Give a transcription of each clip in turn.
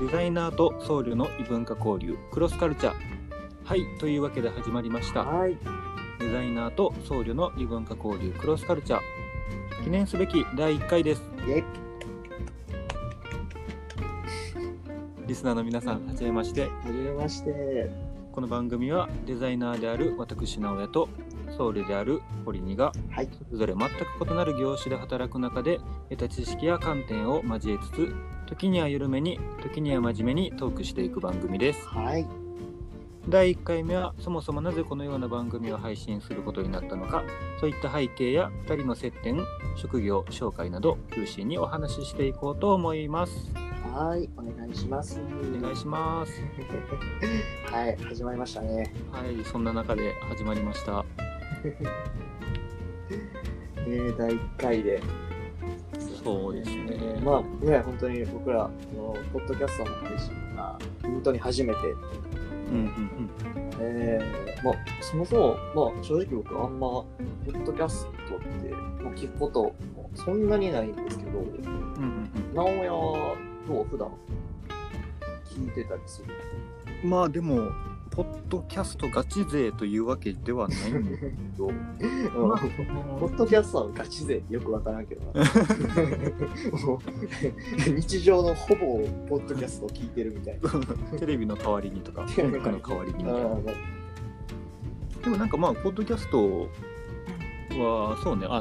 ザイナーと僧侶の異文化交流クロスカルチャー。はい、というわけで始まりました。 はい。 デザイナーと僧侶の異文化交流クロスカルチャー、記念すべき第1回です。リスナーの皆さん、はじめまして。 はじめまして。 この番組はデザイナーである私直哉と僧侶である堀にが、 はい、 それぞれ全く異なる業種で働く中で得た知識や観点を交えつつ、時には緩めに時には真面目にトークしていく番組です。 はい。 第1回目はそもそもなぜこのような番組を配信することになったのか、そういった背景や2人の接点、職業紹介など中心にお話ししていこうと思います。 はい、お願いします。 お願いします。 はい、始まりましたね。 はい、そんな中で始まりました。 第1回で。 そうですね。 まあね、本当に僕らのポッドキャストの配信が本当に初めて。まあそもそも、まあ、正直僕あんまポッドキャストって、まあ、聞くこともそんなにないんですけど、直哉どう普段聞いてたりする？ まあでもポッドキャストガチ勢というわけではないんだけど、 まあ、ポッドキャストはガチ勢ってよくわからんけどなもう日常のほぼポッドキャストを聞いてるみたいなテレビの代わりにとか音楽の代わりにみたいな。でもなんかまあポッドキャストはそうね、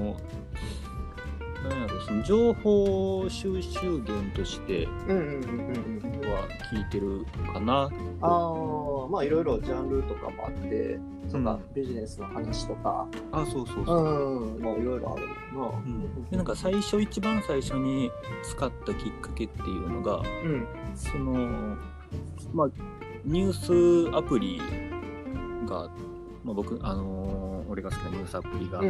なんやろ、その情報収集源としては聞いてるかな。 まあいろいろジャンルとかもあって、とかビジネスの話とか、 そうそうそう、 まあいろいろあるな。 でなんか一番最初に使ったきっかけっていうのが、そのまあニュースアプリが、まあ、俺が好きなニュースアプリが、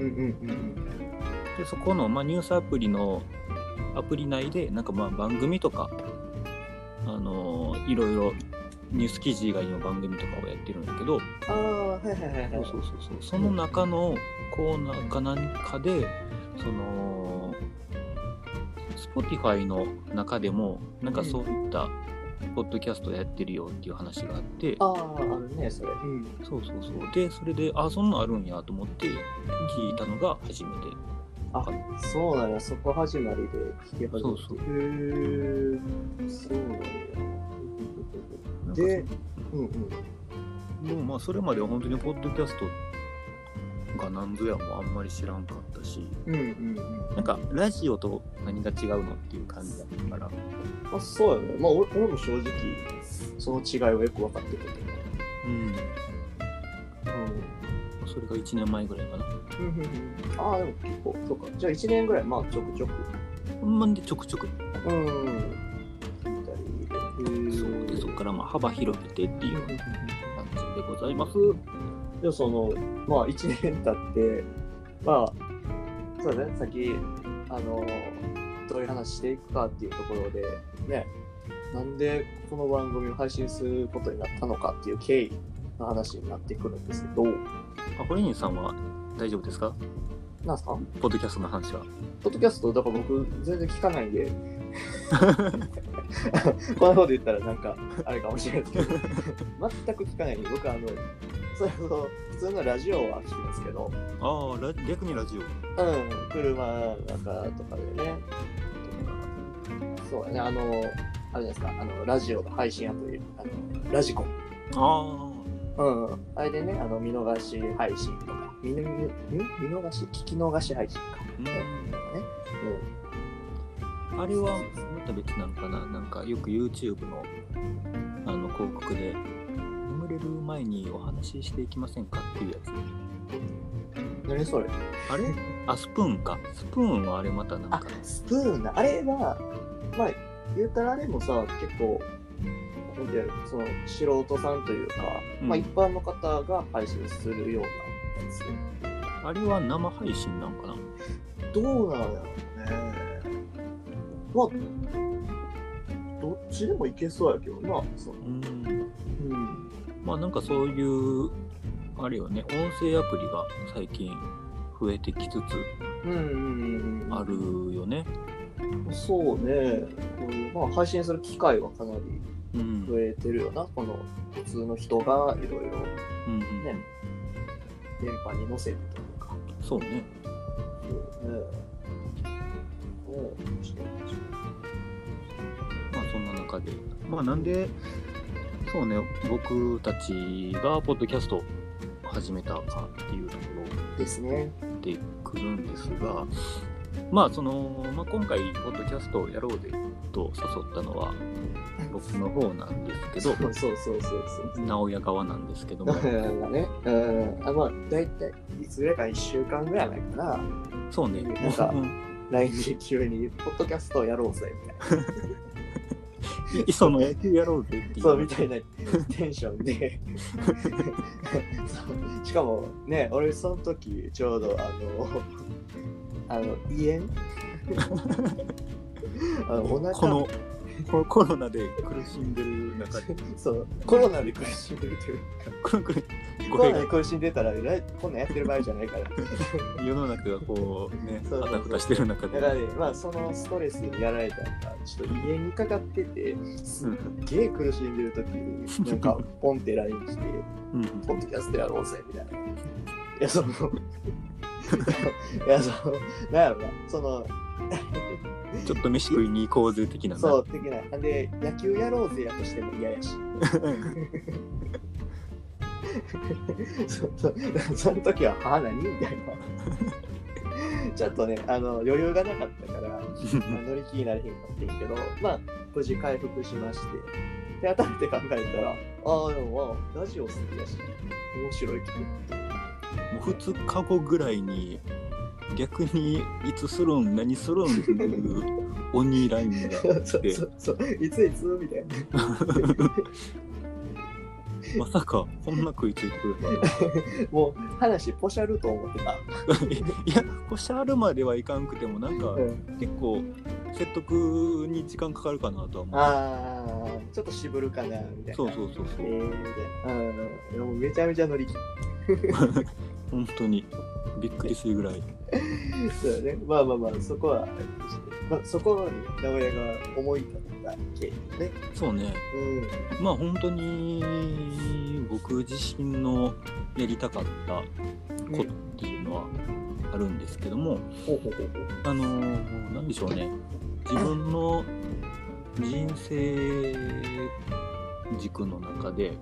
でそこの、まあ、ニュースアプリのアプリ内でなんかまあ番組とかいろいろニュース記事以外の番組とかをやってるんだけど、その中のコーナーか何かで、その Spotify の中でもなんかそういったポッドキャストやってるよっていう話があって、 あるねそれ。 そうでそれでそんなんあるんやと思って聞いたのが初めて。 そうなんや、そこ始まりで聞けばいい。そうなんや。で、 でもまあそれまでは本当にポッドキャストが何ぞやもあんまり知らんかったし、なんかラジオと何が違うのっていう感じだったから。 そうやね。まあ俺も正直その違いはよく分かってるけど。 それが1年前ぐらいかな。 でも結構、そうか。じゃあ1年ぐらい、まあちょくちょく。 でちょくちょく。そうで、そこからまあ幅広げてっていう感じでございます。 でもまあ1年経って、まあ、そうだね、先、どういう話していくかっていうところで、ね、なんでこの番組を配信することになったのかっていう経緯の話になってくるんですけど。 堀西さんは大丈夫ですか？ なんすか？ ポッドキャストの話は。 ポッドキャストだから僕全然聞かないんでこんなこと言ったらなんかあれかもしれないですけど全く聞かないんで、僕それこそ普通のラジオは聞きますけど。 逆にラジオ。 車の中とかでね。そうだね、あれじゃないですか、ラジオの配信アプリ、ラジコン。あれでね、見逃し配信とか、聞き逃し配信か。 あれはまた別なのかな。なんかよく YouTube の広告で眠れる前にお話ししていきませんかっていうやつ。 何それ？ あれ？スプーンか。スプーンはあれまたなんか。 スプーンだ。あれはまあ言うたらあれもさ、結構その素人さんというか、まあ一般の方が配信するようなやつ。 あれは生配信なんかな？ どうなんやろうね。まあどっちでもいけそうやけどな。 まあなんかそういうあれよね、音声アプリが最近増えてきつつあるよね。 そうね、こういうまあ配信する機会はかなり増えてるよな、この普通の人がいろいろね、電波に乗せてというか。 そうね。まあそんな中で、まあなんで、そうね、僕たちがポッドキャストを始めたかっていうところですね。 でくるんですが、まあその、まあ、今回ポッドキャストをやろうぜと誘ったのは僕の方なんですけど、 そう直哉側なんですけども、 ね、まあ大体いつぐらいか1週間ぐらい前かな。 そうね。 なんか LINE で急にポッドキャストをやろうぜみたいな。 その野球やろうぜっていう。 そうみたいなテンションでしかもね、俺その時ちょうど胃炎お腹このコロナで苦しんでる中でそうコロナで苦しんでるというかコロナで苦しんでたらこんなんやってる場合じゃないから世の中がこうねあたふたしてる中で、 だからね、まあそのストレスにやられたのかちょっと胃炎にかかっててすっげえ苦しんでる時になんかポンって LINE してポッドキャストやろうぜみたいな。いやそのなんやろな、そのちょっと飯食いに行こうぜ的な。 そう的な。で野球やろうぜやとしても嫌やしその時は何みたいなちょっとね余裕がなかったから乗り気になれへんかったんやけど、まあ無事回復しまして、で改めて考えたらでもラジオ好きだし面白いけどもう2日後ぐらいに逆にいつするん何するんっていう鬼ラインがあってそういつみたいなまさかこんな食いついてくるからもう話ポシャると思ってたいやポシャるまではいかんくてもなんか、結構説得に時間かかるかなとは思う。ちょっと渋るかなみたいな。 そうみたいな。もうめちゃめちゃ乗り気本当にびっくりするぐらいそうね。まあそこは、そこに直哉が思い立った経緯ね。 そうね、まあ本当に僕自身のやりたかったことっていうのはあるんですけども、なんでしょうね、自分の人生軸の中で、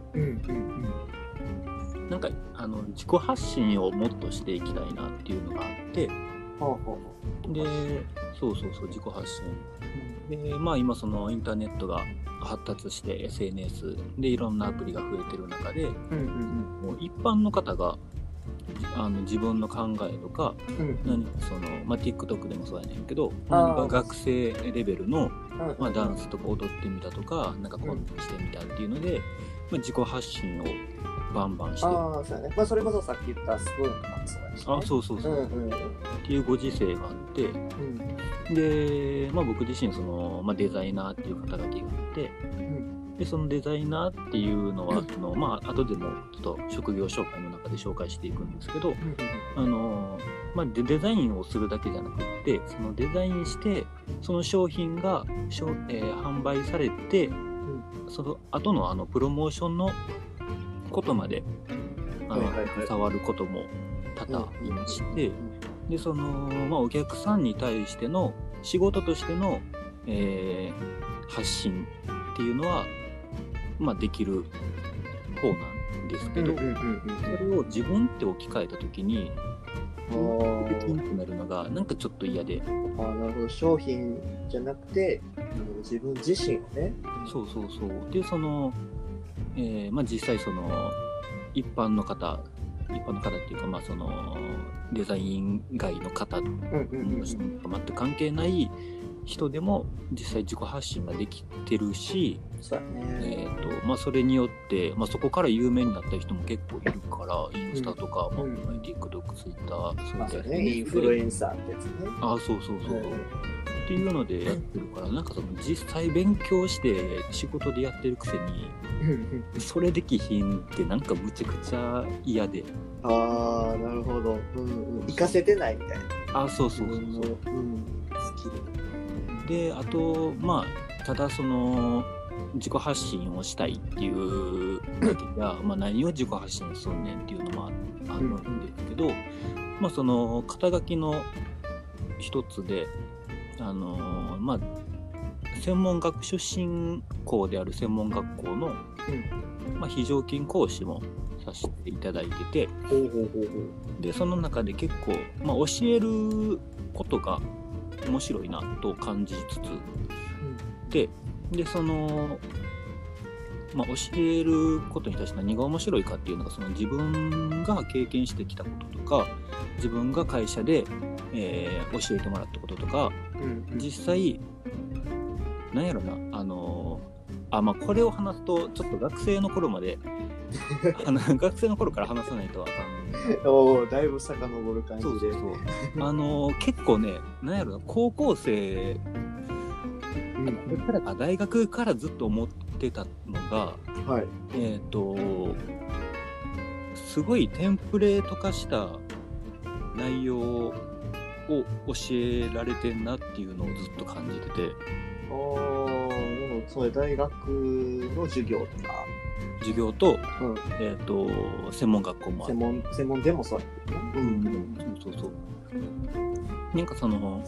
なんか自己発信をもっとしていきたいなっていうのがあって、でそう自己発信で、まあ今そのインターネットが発達して SNS でいろんなアプリが増えてる中で、もう一般の方が自分の考えとか、TikTok でもそうやねんけど、学生レベルの、ダンスとか踊ってみたとかなんかこうしてみたっていうので、自己発信をバンバンして、 そうね。それこそさっき言ったスプーンとかもそうやし、ね。 そうっていうご時世があって、で、僕自身その、デザイナーっていう肩書きがあって、でそのデザイナーっていうのは後でもちょっと職業紹介の中で紹介していくんですけど、デザインをするだけじゃなくってそのデザインしてその商品が販売されて、その後のプロモーションのことまで触ることも多々いまして、でその、お客さんに対しての仕事としての、発信っていうのはできる方なんですけど、それを自分って置き換えた時にできなくなるのがなんかちょっと嫌で。 なるほど。商品じゃなくて自分自身をね。 そうでその、実際その一般の方っていうか、そのデザイン外の方と全く関係ない人でも実際自己発信ができてるし、それによって、そこから有名になった人も結構いるから、インスタとか、TikTok、Twitter、 そうですね、インフルエンサーってやつね。 そうっていうのでやってるから、なんかその実際勉強して仕事でやってるくせにそれできひんってなんかむちゃくちゃ嫌で。 なるほど。活かせてないみたいな。 そう。 スキル。 であとまあただその自己発信をしたいっていうだけが、まあ、何を自己発信すんねんっていうのもあるんですけど、まあその肩書きの一つでまあ専門学出身校である専門学校の、まあ、非常勤講師もさせていただいてて、でその中で結構、まあ、教えることが面白いなと感じつつ、でその、まあ、教えることに対して何が面白いかっていうのがその自分が経験してきたこととか自分が会社で、教えてもらったこととか、実際なんやろなまあこれを話すとちょっと学生の頃まで学生の頃から話さないとあかん。 おだいぶ遡る感じで。 そう結構ねなんやろな高校生、大学からずっと思ってたのが、はい、すごいテンプレート化した内容を教えられてんなっていうのをずっと感じてて。 でもそれ大学の授業とか授業と、専門学校もある。 専門でもそうやってそうなんかその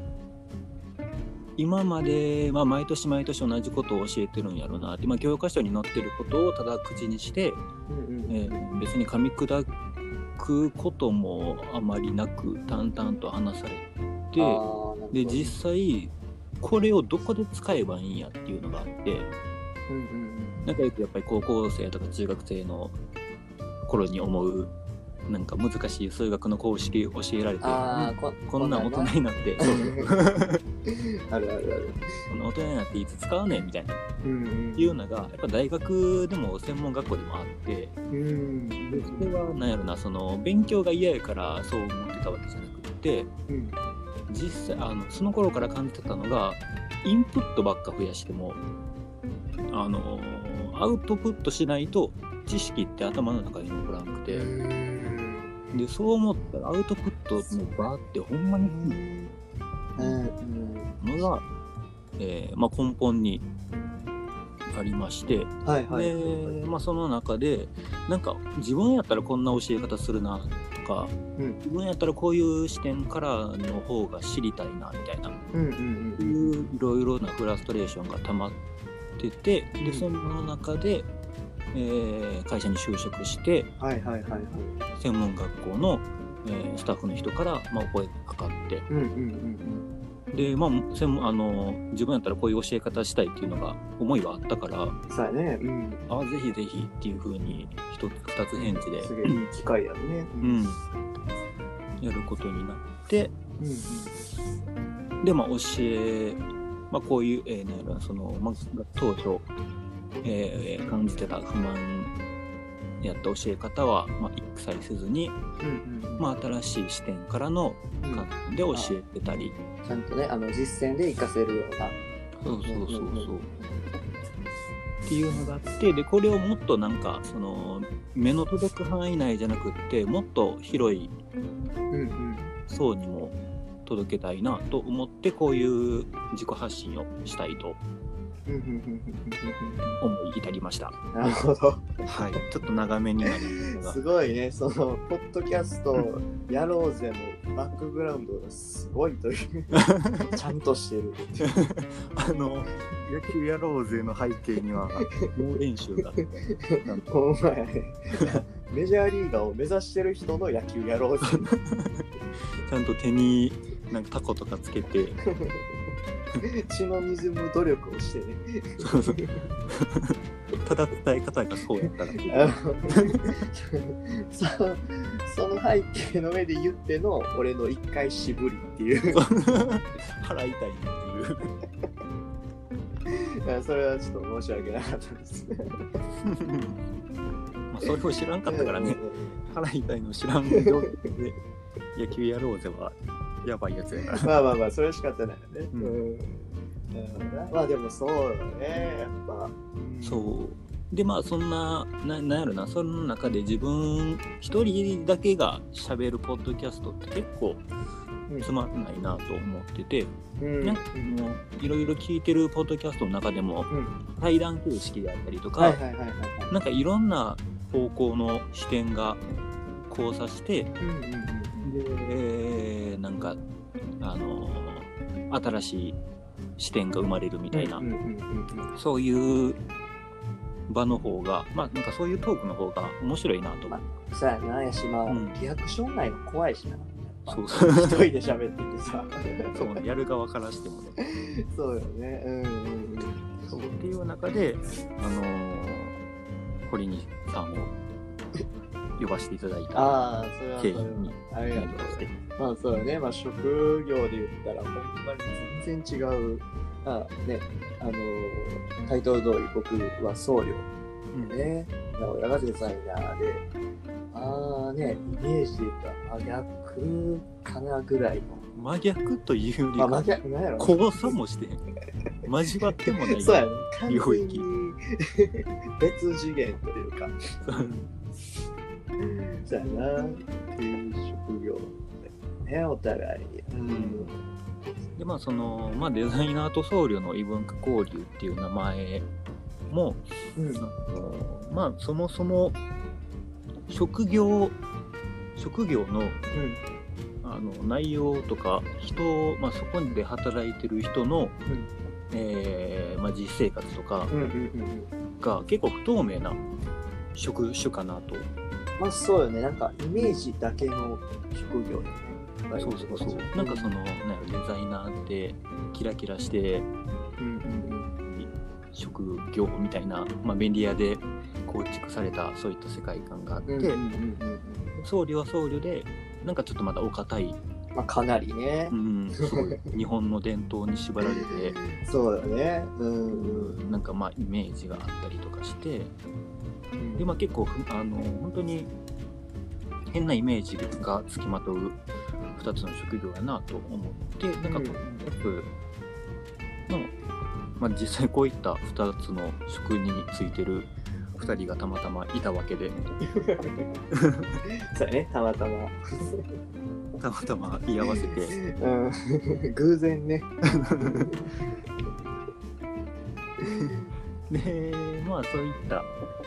今まで、まあ、毎年毎年同じことを教えてるんやろうなって、まあ、教科書に載ってることをただ口にして、別に噛み砕くこともあまりなく淡々と話されて、で実際これをどこで使えばいいんやっていうのがあって、なんかよくやっぱり高校生とか中学生の頃に思うなんか難しい数学の公式教えられて、こんなん大人になってあるこの大人になっていつ使うねんみたいな、いうのがやっぱ大学でも専門学校でもあって、でそれはなんやろなその勉強が嫌やからそう思ってたわけじゃなくて、実際その頃から感じてたのがインプットばっか増やしてもアウトプットしないと知識って頭の中に残らなくて、でそう思ったらアウトプットの場ってほんまにいいのが、まあ、根本にありまして、で、まあ、その中でなんか自分やったらこんな教え方するなとか、自分やったらこういう視点からの方が知りたいなみたいな、いういろいろなフラストレーションが溜まってて、でその中で、会社に就職して、専門学校の、スタッフの人から、まあ、お声がかかって、で、まあ、自分やったらこういう教え方したいっていうのが思いはあったから、 そうやね、 ぜひぜひっていう風に一つ二つ返事で、 すげえいい機会やね、 やることになって、でまあまあ、こういう、その、まあ、当初、感じてた不満やった教え方は、まあ、一切せずに、まあ、新しい視点からの観点で教えてたり、 ちゃんとね実践で活かせるようなそうっていうのがあって、でこれをもっとなんかその目の届く範囲内じゃなくってもっと広い層にも届けたいなと思って、こういう自己発信をしたいと思い至りました。 なるほど。 はい、ちょっと長めになりますが。 すごいね、そのポッドキャストやろうぜのバックグラウンドがすごいというちゃんとしてる。 野球やろうぜの背景には猛練習が。 ほんまやね。メジャーリーガーを目指してる人の野球やろうぜ。 ちゃんと手になんかタコとかつけて。 血の滲む努力をしてね。 ただ伝え方がそうやったらその背景の上で言っての俺の一回渋りっていう腹痛いっていうそれはちょっと申し訳なかったですまあそれを知らんかったからね腹痛いの知らん状況で野球やろうぜはやばいやつやからまあそれしかったないよね、まあでもそうよねやっぱ、 そうでまあそんななんやろな、その中で自分一人だけが喋るポッドキャストって結構つまんないなと思ってて、ね、もういろいろ聞いてるポッドキャストの中でも、対談形式であったりとか、なんかいろんな方向の視点が交差して、でなんか新しい視点が生まれるみたいな、そういう場の方が、まあなんかそういうトークの方が面白いなと思う。 そうやな、やし、まあ、リアクションないの怖いしな。 そう一人で喋っててさ。 そうね、やる側からしてもね。 そうよね。 そうっていう中で、堀西さんを呼ばせていただいた経緯になりまして。 まあそうよね、まあ職業で言ったらほんまに全然違う。ね、タイトル通り僕は僧侶でね、親がデザイナーで、ね、イメージで言ったら真逆かなぐらいの。 真逆というよりか、交差もして交わってもない。 そうやね、完全に別次元というか。そうやなっていう職業ね、お互いに。 でまあデザイナーと僧侶の異文化交流っていう名前も、まあそもそも職業の、内容とか人、まあ、そこで働いてる人の、まあ、実生活とかが結構不透明な職種かなと。 まあそうよね、なんかイメージだけの職業よね。 そうなんかデザイナーってキラキラして、職業みたいな、まあ、便利屋で構築されたそういった世界観があって、僧侶は僧侶でなんかちょっとまだお堅い、 まあ、かなりね、 すごい日本の伝統に縛られてそうだね、 なんかまあイメージがあったりとかして、でまあ結構本当に変なイメージがつきまとう2つの職業やなと思って、なんかまあ、実際こういった2つの職についてる2人がたまたまいたわけでそうね、たまたま居合わせて、 偶然ねでまあそういった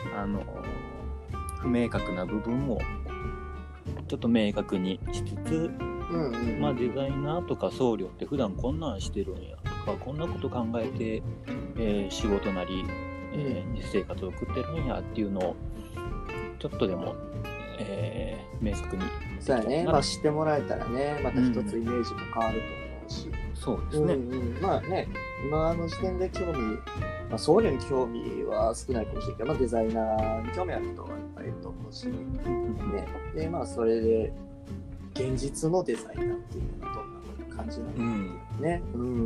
不明確な部分もちょっと明確にしつつ、まあデザイナーとか僧侶って普段こんなんしてるんやとか、こんなこと考えて、仕事なり、実生活を送ってるんやっていうのをちょっとでも、明確にそうやね、まあ知ってもらえたらね、また一つイメージも変わると思うし、 そうですね、 まあね、今の時点で興味、まあ、僧侶に興味は少ないかもしれないけど、まあ、デザイナーに興味ある人はいっぱいいると思うし、ね、でまあそれで現実のデザイナーっていうのはどんな感じなのかね、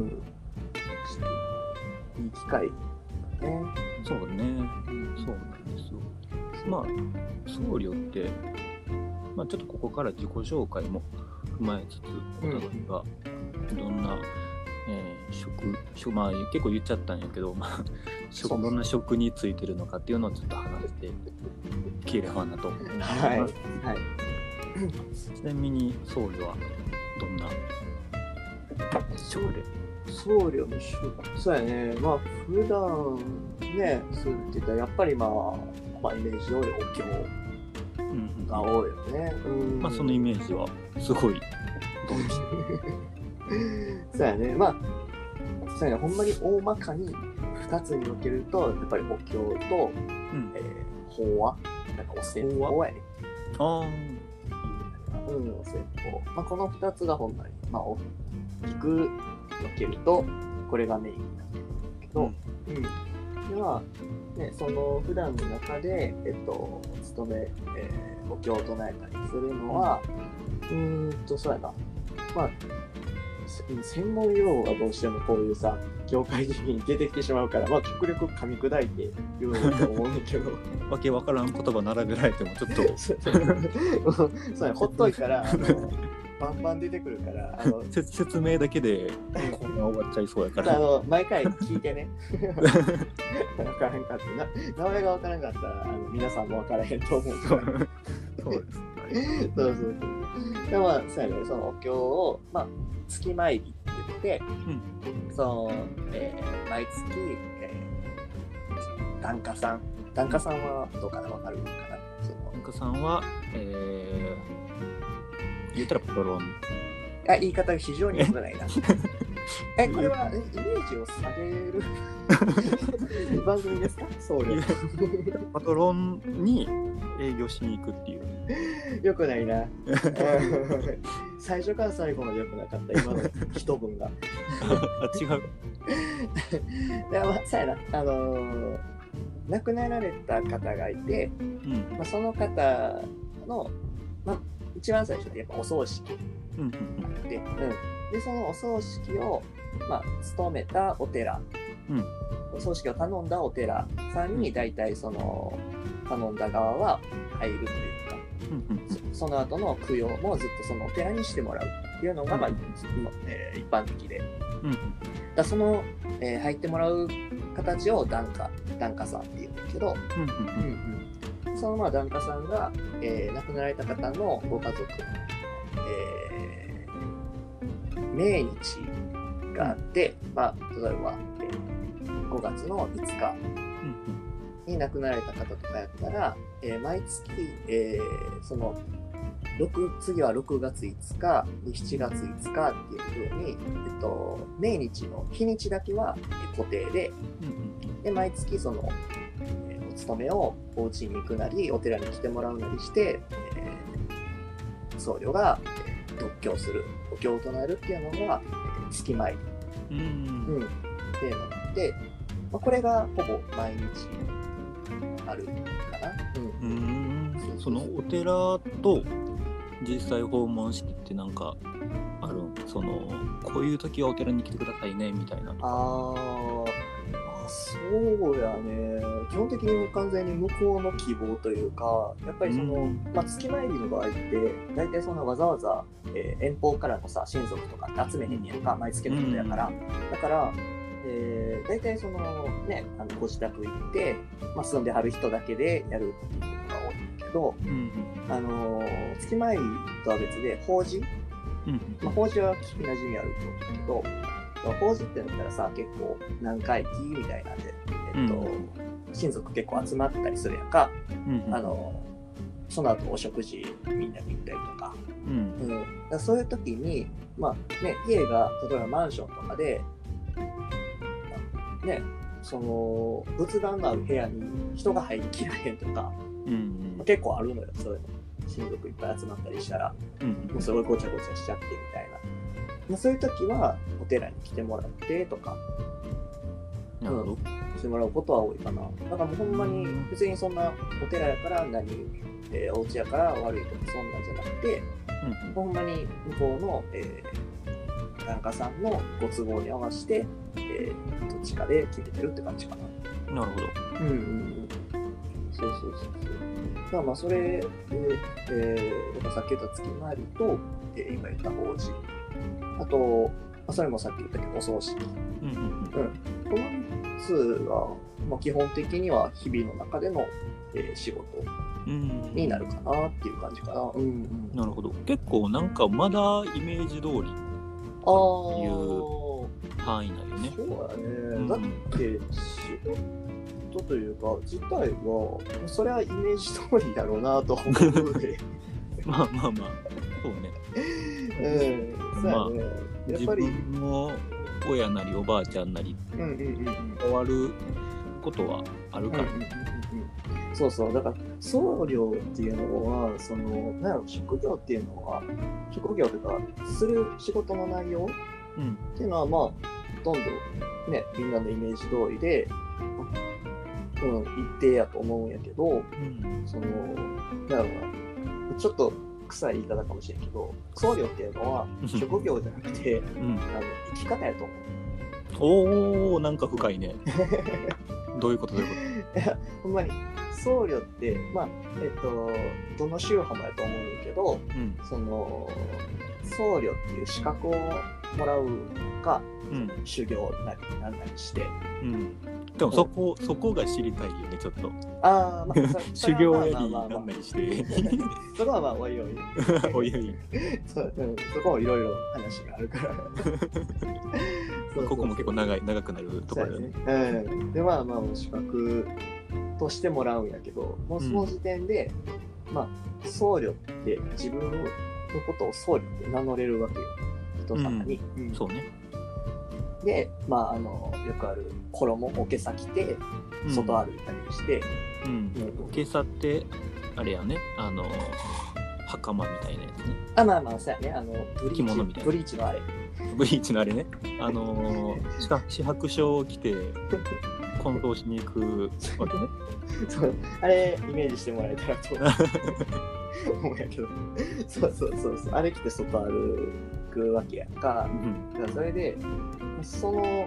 いい機会ね。 そうね、そうなんですよ。まあ僧侶って、まあ、ちょっとここから自己紹介も踏まえつつ、お互いがどんな、まあ結構言っちゃったんやけど、まあ、どんな職についてるのかっていうのをちょっと話していければなと思います。ちなみに僧侶はどんな職で？ 僧侶の職、そうやね、まあ普段ね、そうって言ったらやっぱりまあイメージ通りお経が多いよね。 まあそのイメージはすごい同意してそうやね、まあそうやね、ほんまに大まかに2つに分けるとやっぱりお経と、法話、なんかお説法やね。お説法。まあこの2つがほんまにまあ大きく分けるとこれがメインになってるんだけど、ではね、その普段の中で勤め、お経を唱えたりするのは、そうやな、まあ専門用語がどうしてもこういうさ業界的に出てきてしまうから、まあ極力噛み砕いて言うと思うんだけどわけわからん言葉並べられてもちょっとそうや、ほっといたらバンバン出てくるから説明だけでこんな終わっちゃいそうやから毎回聞いてね分からんかって名前が分からんかったら皆さんも分からへんと思うからそうです。 あれ。 そうそうそう。でまあそうやね、そのお経をまあ月参りって言って、その毎月、檀家さんはどうかな、わかるかな。その檀家さんは言ったらパトロン。 言い方が非常に良くないな。これはイメージを下げる番組ですか？そうです。 パトロンに営業しに行くっていう。 良くないな。最初から最後まで良くなかった今の一文が。 違う。 でまあそうやな、亡くなられた方がいて、まあ、その方の、まあ、一番最初でやっぱお葬式があって、でそのお葬式を、まあ、務めたお寺、お葬式を頼んだお寺さんに大体その頼んだ側は入るというか、その後の供養もずっとそのお寺にしてもらうっていうのが、まあ一般的で、だその、入ってもらう形を檀家さんっていうんだけど、そのまあ檀家さんが、亡くなられた方のご家族の、命日があって、まあ、例えば、5月の5日に亡くなられた方とかやったら、毎月、その次は6月5日に7月5日っていう風に、命日の日にちだけは固定で、で毎月その、お勤めをお家に行くなりお寺に来てもらうなりして、僧侶が読経する、お経を唱えるっていうのが月参り、っていうので、まあ、これがほぼ毎日あるかな。 そのお寺と実際訪問式ってなんかあるん？そのこういう時はお寺に来てくださいねみたいな。 そうやね。基本的に完全に向こうの希望というか、やっぱりその、まあ、月参りの場合って大体そのわざわざ、遠方からのさ親族とかって集めへんねやんか、毎月のことやから、だから、大体そのねご自宅行って、まあ、住んではる人だけでやるっていうことが多いんだけど、月参りとは別で法事、まあ、法事は聞きなじみあると思うけど、法事ってなったらさ、結構何回忌みたいなんで、親族結構集まったりするやんか、その後お食事みんなで行ったりとか、だそういう時に、まあね、家が例えばマンションとかで、ね、その仏壇のある部屋に人が入りきらへんとか、結構あるのよ、そういうの。親族いっぱい集まったりしたら、もうすごいごちゃごちゃしちゃってみたいな。そういう時はお寺に来てもらってとか、してもらうことは多いかな。だからもうほんまに別にそんなお寺やからお家やから悪いとかそんなんじゃなくて、ほんまに向こうの、檀家さんのご都合に合わせて、どっちかで決めてるって感じかな。 なるほど。 そう。だからまあそれで、さっき言った月回りと、今言った法事。あと、それもさっき言ったけど、お葬式。この3つは、まあ、基本的には日々の中での、仕事になるかなっていう感じかな。 なるほど。結構なんかまだイメージ通りっていう範囲なんよね。 そうだね。だって仕事というか自体はそれはイメージ通りだろうなと思うので。 まあそうね。 そうやね。やっぱり自分の親なりおばあちゃんなり変わることはあるから。 そうだから僧侶っていうのはその職業っていうのは職業というかする仕事の内容っていうのはまあほとんどねみんなのイメージ通りで一定やと思うんやけど、そのだからちょっと臭い言い方かもしれんけど、僧侶っていうのは職業じゃなくて、生き方やと思う。なんか深いね。どういうこといやほんまに僧侶ってまあどの宗派もやと思うんやけど、その僧侶っていう資格をもらうか、修行なりなんなりして、 でもそこが知りたいよね、ちょっと。 まあ、 修行やりなんなりして。 そこはまあおいおい。 おいおい。 そこもいろいろ話があるから。 ここも結構長くなるところだよね。 でまあ資格としてもらうんやけど、もうその時点で、僧侶って自分のことを僧侶って名乗れるわけよ、人様に。 そうね。 で、よくある衣おけさ着て外歩いたりして、 おけさってあれやね、袴みたいなやつね。 そうやね、 着物みたいな。 ブリーチのあれ。 ブリーチのあれね。四白書を着て混同しに行くわけね。 そうあれイメージしてもらえたらと思うんやけど、そうあれ着て外歩くわけやんか。だからそれで僧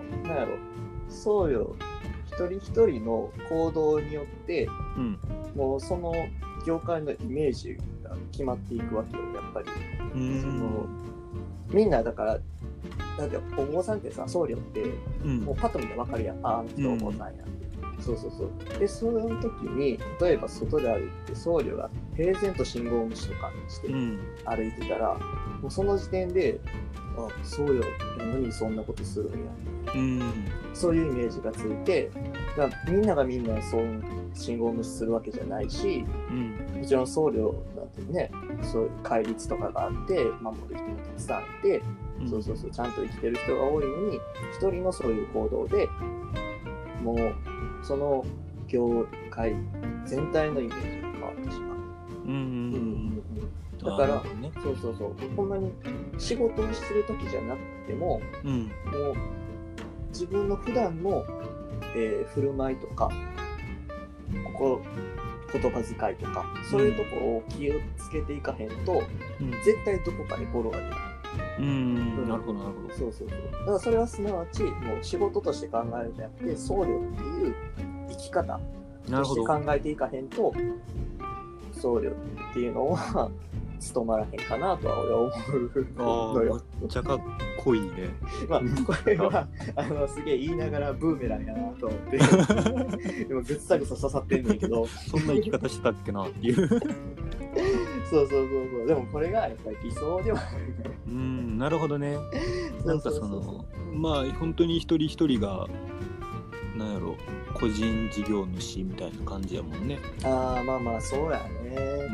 侶一人一人の行動によって、もうその業界のイメージが決まっていくわけよ、やっぱり。みんなだってお坊さんってさ、僧侶って、もうパッと見て分かるやん。あの人お坊さんやん。そうでその時に例えば外で歩いて僧侶が平然と信号無視とかして歩いてたら、もうその時点で僧侶なのにそんなことするんや、そういうイメージがついて、だからみんながみんなそう信号無視するわけじゃないし、もちろん僧侶なんてね、そういう戒律とかがあって守る人もたくさんいて、ちゃんと生きてる人が多いのに、一人のそういう行動でもうその業界全体のイメージが変わってしまう。だから、ほんまに仕事をしてる時じゃなくても、もう自分の普段の、振る舞いとか言葉遣いとか、そういうところを気をつけていかへんと、絶対どこかでボロが出る。 なるほど。 だからそれはすなわちもう仕事として考えるんじゃなくて、僧侶っていう生き方として考えていかへんと、僧侶っていうのは務まらへんかなとは俺は思うのよ。 めっちゃかっこいいね。 これはすげえ言いながらブーメランやなと思って今ぐっさぐさ刺さってんねんけど、 そんな生き方したっけなっていうそうでもこれがやっぱり理想ではある。 なるほどね。なんか本当に一人一人が個人事業主みたいな感じやもんね。 そうやね。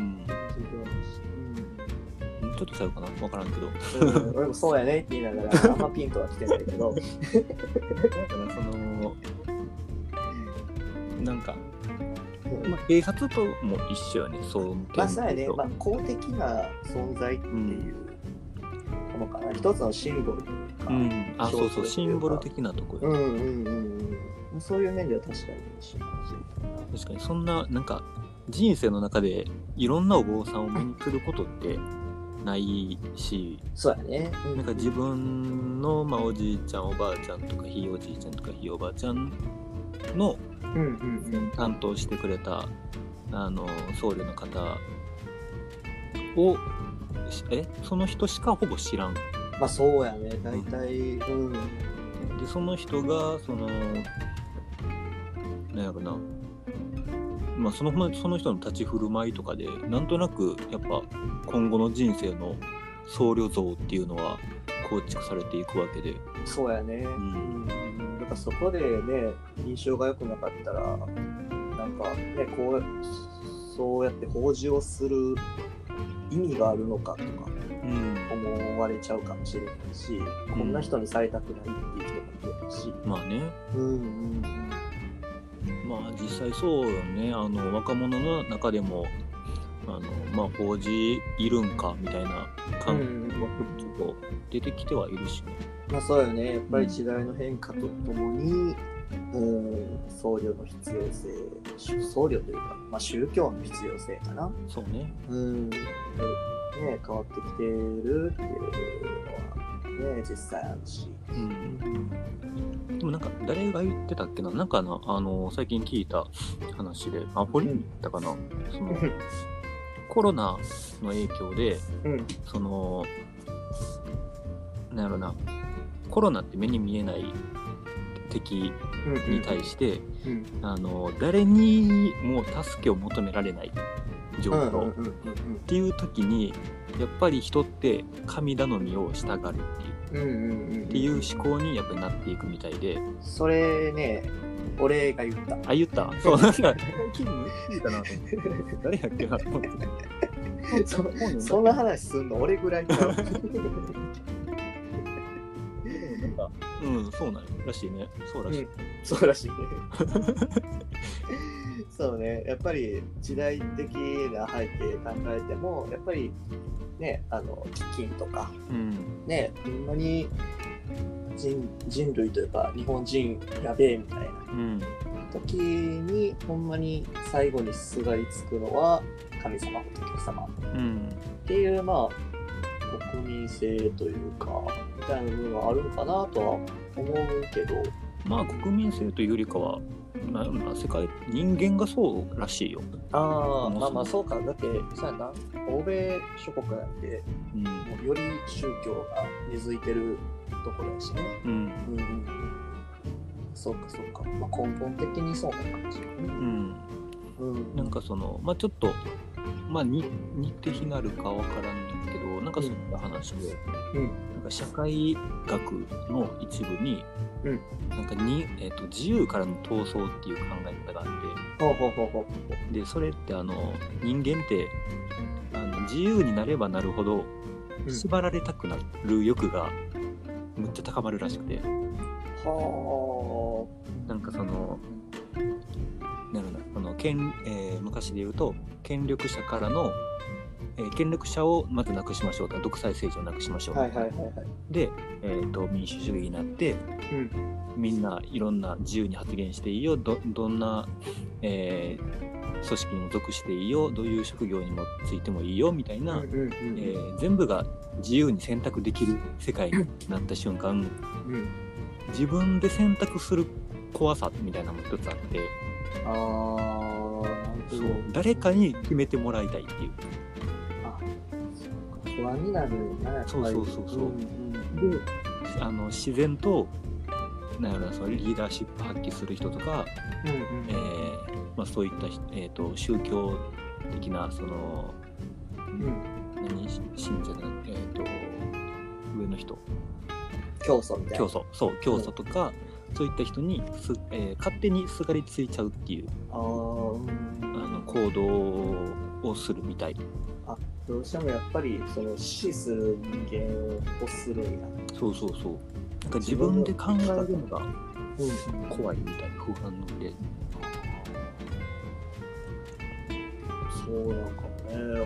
ちょっとちゃうかな、分からんけど。 俺もそうやねって言いながらあんまピンとは来てないけど警察とも一緒やね、そうそうやね。公的な存在っていうのかな、一つのシンボルというか、 シンボル的なところ。 そういう面では確かにそんな人生の中でいろんなお坊さんを目にすることってないし、 そうやね。 自分の、おじいちゃんおばあちゃんとかひいおじいちゃんとかひいおばあちゃんの担当してくれた僧侶の方をその人しかほぼ知らん。 そうやね、大体。でその人がその人の立ち振る舞いとかでなんとなくやっぱ今後の人生の僧侶像っていうのは構築されていくわけで。 そうやね。だからそこでね、印象が良くなかったらそうやって法事をする意味があるのかとか思われちゃうかもしれないし、こんな人にされたくないっていう人もいるし。 実際そうよね。若者の中でも法事いるんかみたいな感覚もちょっと出てきてはいるしね。 そうよね。やっぱり時代の変化とともに、僧侶の必要性、僧侶というか、宗教の必要性かな。 そうね。 変わってきてるっていうのはね、実際あるし。 でも誰が言ってたっけな、最近聞いた話で、ホリンだったかな、コロナの影響で、 なんやろな、コロナって目に見えない敵に対して、誰にも助けを求められない状況っていう時にやっぱり人って神頼みをしたがるっていう思考にやっぱりなっていくみたいで、 それね、俺が言った。 あ、言った。そう、なんか聞いたなと思って、誰やっけなと思って。 そんな話すんの俺ぐらいか。 そうなんらしいね。そうらしい。 そうらしいね。そうね、やっぱり時代的な背景考えても、やっぱりね、飢饉とか、ね、ほんまに人類というか日本人やべえみたいな、時にほんまに最後にすがりつくのは神様仏様、っていうまあ国民性というかみたいな部分はあるのかなとは思うけど、 まあ国民性というよりかは世界人間がそうらしいよ。 まあそうか。だってそうやな、欧米諸国なんて、もうより宗教が根付いてるところやしね。そうか、まあ、根本的にそうなのかもしれないね。 なんかそのちょっと似て非なるかわからんねんけど、なんかそういった話で、なんか社会学の一部に、なんか自由からの闘争っていう考え方があって、でそれって人間って自由になればなるほど縛られたくなる欲がむっちゃ高まるらしくて、なんかその昔で言うと権力者からの、権力者をまずなくしましょうとか独裁政治をなくしましょう、で、民主主義になって、みんないろんな自由に発言していいよ、どんな、組織にも属していいよ、どういう職業にもついてもいいよみたいな、全部が自由に選択できる世界になった瞬間、自分で選択する怖さみたいなのも一つあって、そう誰かに決めてもらいたいっていう。 不安になるよね。 そう。で、自然とそのリーダーシップ発揮する人とか、そういった、宗教的なその、信者の、上の人、 教祖みたいな。 教祖とか、そういった人に勝手にすがりついちゃうっていう行動をするみたい。 どうしてもやっぱりその死する人間を欲するんや。 そう。なんか自分で考えるのが怖いみたいな不安で。 そうなんかね。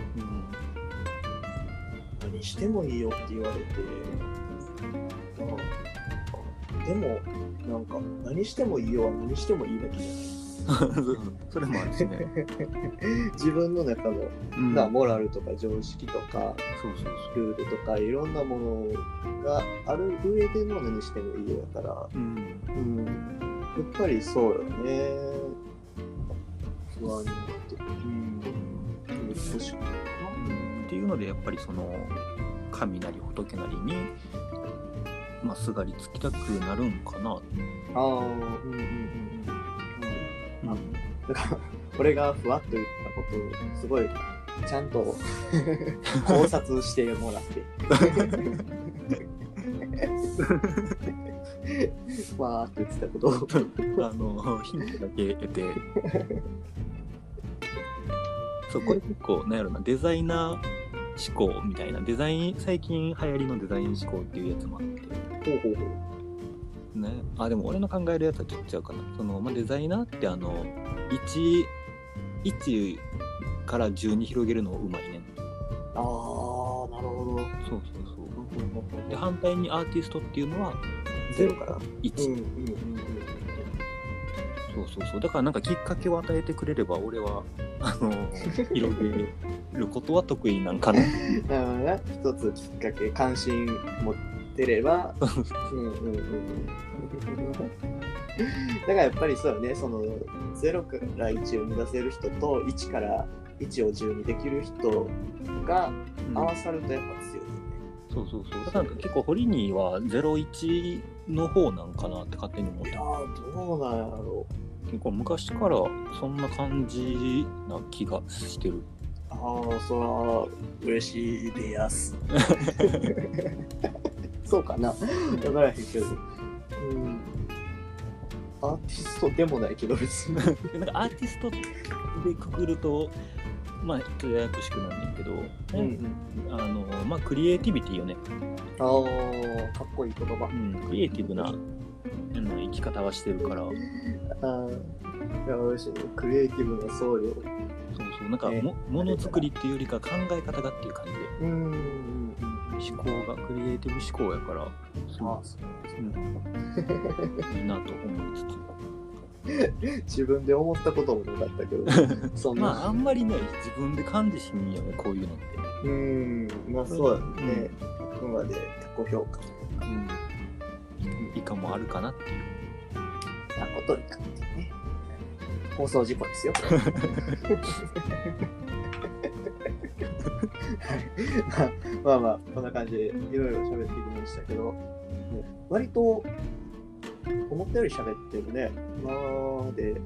何してもいいよって言われて、でもなんか何してもいいよは何してもいいだけじゃない。 それもあるしね。 自分の中の、モラルとか常識とかルールとかいろんなものがある上での何してもいいよだから、やっぱりそうよね。不安になって欲しくないっていうのでやっぱりその神なり仏なりにすがりつきたくなるんかな。 だから俺がふわっと言ったことをすごいちゃんと考察してもらってわーっと言ってたことをヒントだけ得てそう、これ結構なんやろな、デザイナー思考みたいな、最近流行りのデザイン思考っていうやつもあって、ね、でも俺の考えるやつはちょっと違うかな。そのデザイナーって1から10に広げるのがうまいね。 なるほど。 そう。で反対にアーティストっていうのは0から1。そう。だからなんかきっかけを与えてくれれば俺は広げることは得意なんかな。 一つきっかけ、関心持ってれば。だからやっぱりそうよね、その0から1を生み出せる人と1から1を10にできる人が合わさるとやっぱ強いよね。 そうそうそう。だから結構ホリニーは01の方なんかなって勝手に思って。 いやーどうなんやろう。結構昔からそんな感じな気がしてる。 ああ、そら嬉しいでやす。そうかな。わからへんけど。アーティストでもないけど別に。 なんかアーティストでくくると、まあちょっとややこしくなんねんけど、まあクリエイティビティよね。 ああ、かっこいい言葉。 クリエイティブな生き方はしてるから。 いや嬉しいね。クリエイティブな僧侶。 そうそう、なんかものづくりっていうよりか考え方がっていう感じで。思考がクリエイティブ思考やから、いいなと思いつつ。自分で思ったこともなかったけど、 そんなまああんまりね自分で感じしんよねこういうのって。 まあそうだね。あくまで他己評価。 以下もあるかなっていう。 なこと以下ってね。放送事故ですよ。まあまあこんな感じでいろいろ喋ってきましたけど、割と思ったより喋ってるね。今まで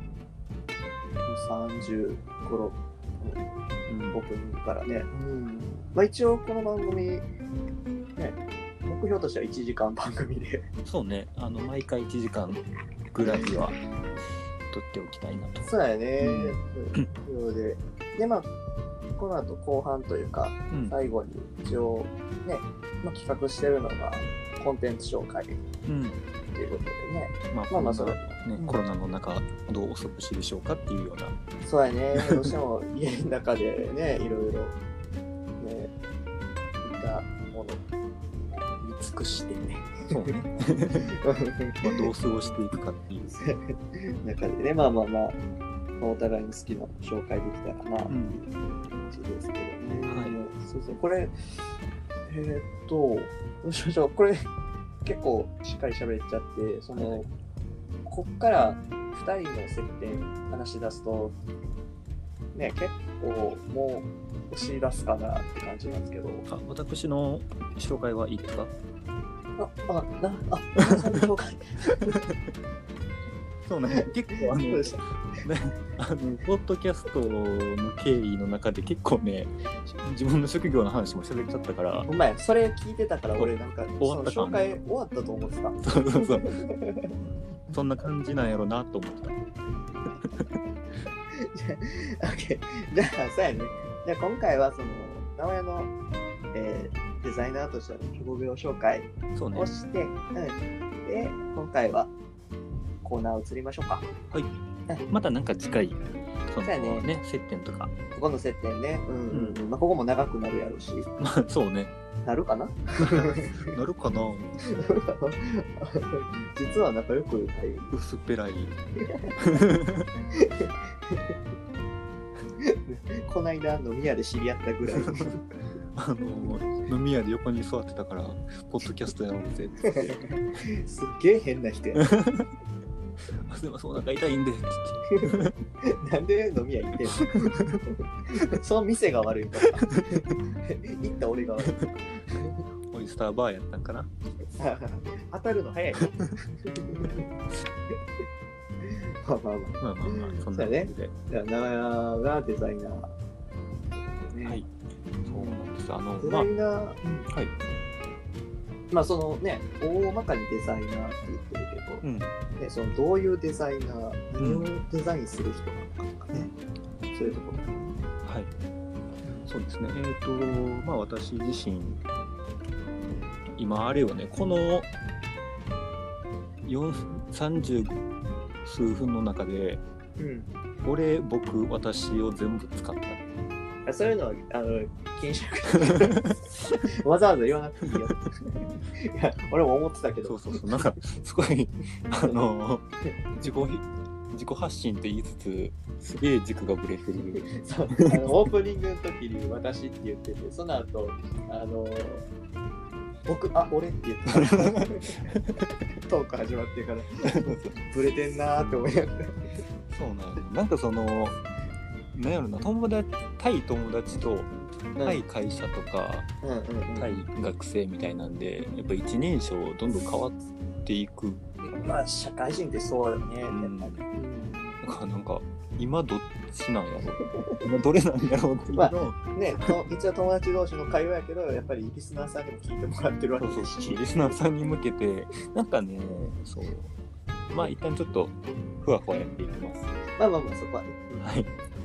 30頃オープンからね。まあ一応この番組ね目標としては1時間番組で。 そうね。毎回1時間ぐらいは撮っておきたいなと。 そうだよね。でまあこの後後半というか、最後に一応ね、企画してるのがコンテンツ紹介っていうことでね。まあそれね、 コロナの中どうお過ごしでしょうかっていうような。 そうやね。どうしても家の中でね、いろいろね、いったもの見尽くしてね。 そうね。どう過ごしていくかっていう中でね、まあお互いに好きなの紹介できたらなっていう感じですけどね。そうそう、これどうしましょう。これ結構しっかり喋っちゃって、こっから2人の接点話し出すとね、結構もう押し出すかなって感じなんですけど。 私の紹介はいいですか？ 紹介。 そうね、結構ポッドキャストの経緯の中で結構ね、自分の職業の話も喋っちゃったから。 お前、それ聞いてたから俺なんか紹介終わったと思ってた。 そう。そんな感じなんやろなと思ってた。 じゃあ、そうやね。じゃあ今回は名古屋の、デザイナーとしての5秒紹介をして、で、今回はコーナー移りましょうか。 はい。またなんか近い、 そうやね、 接点とか。 ここの接点ね。ここも長くなるやろうし。 そうね。 なるかななるかな実は仲良くない。 薄っぺらい。 こないだ飲み屋で知り合ったぐらい。 飲み屋で横に座ってたから、ポッドキャストやろうぜって。 すっげえ変な人や。 すいません、お腹痛いんでって言って。なんで飲み屋行ってんの？その店が悪いから。行った俺が悪い。 オイスターバーやったんかな。 当たるの早い。まあ、 そんな感じで。 じゃあ、長屋がデザイナー。 はい。そうなんです。 デザイナー、はい。まあ、大まかにデザイナーって言ってるけど、どういうデザイナー、何をデザインする人なのかとかね、そういうところ。 はい。そうですね。私自身、今あれよね、この30数分の中で、俺、僕、私を全部使った。 そういうのは禁止わざわざ言わなくていいよ。いや、俺も思ってたけど。 そうなんかすごい自己発信って言いつつすげえ軸がぶれてる。 そう、オープニングの時に私って言ってて、その後僕俺って言ってた。トーク始まってからブレてんなーって思いながら。 そうなんや。なんかなんやろな、対友達と対会社とか、対学生みたいなんで、やっぱ一人称どんどん変わっていく。 まあ社会人ってそうよね。 だからなんか今どっちなんやろ今どれなんやろっていうの、まあ、ね、一応友達同士の会話やけど、やっぱりリスナーさんにも聞いてもらってるわけですし、 リスナーさんに向けてなんかね、そう、まあ一旦ちょっとふわふわやっていきます。 まあそこはね。 はい。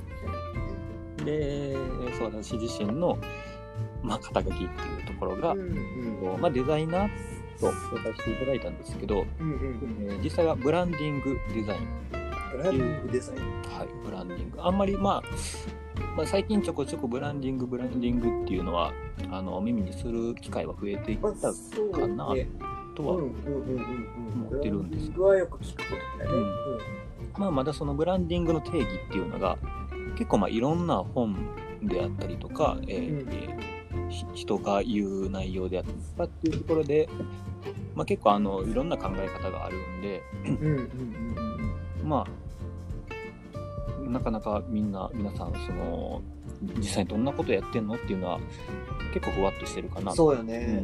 で、そう私自身のまあ肩書きっていうところが、まあデザイナーと紹介していただいたんですけど、実際はブランディングデザイン。 ブランディングデザイン。 はい、ブランディング。あんまりまあ最近ちょこちょこブランディングっていうのは耳にする機会は増えていったかなとは思ってるんですけど、 はよく聞くことだね。 まあまだそのブランディングの定義っていうのが結構まあいろんな本であったりとか、人が言う内容であったりとかっていうところで、まあ、結構いろんな考え方があるんで、まあなかなか皆さんその実際にどんなことやってんのっていうのは結構ふわっとしてるかな。 そうよね。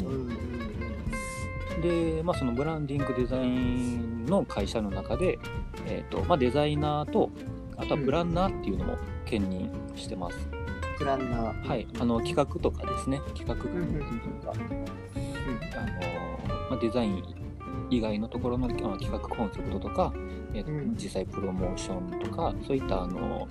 で、まあそのブランディングデザインの会社の中で、まあデザイナーとあとはプランナーっていうのも兼任してます。 プランナー。 はい、企画とかですね、企画とか、まあ、デザイン以外のところの企画コンセプトとか、実際プロモーションとか、そういった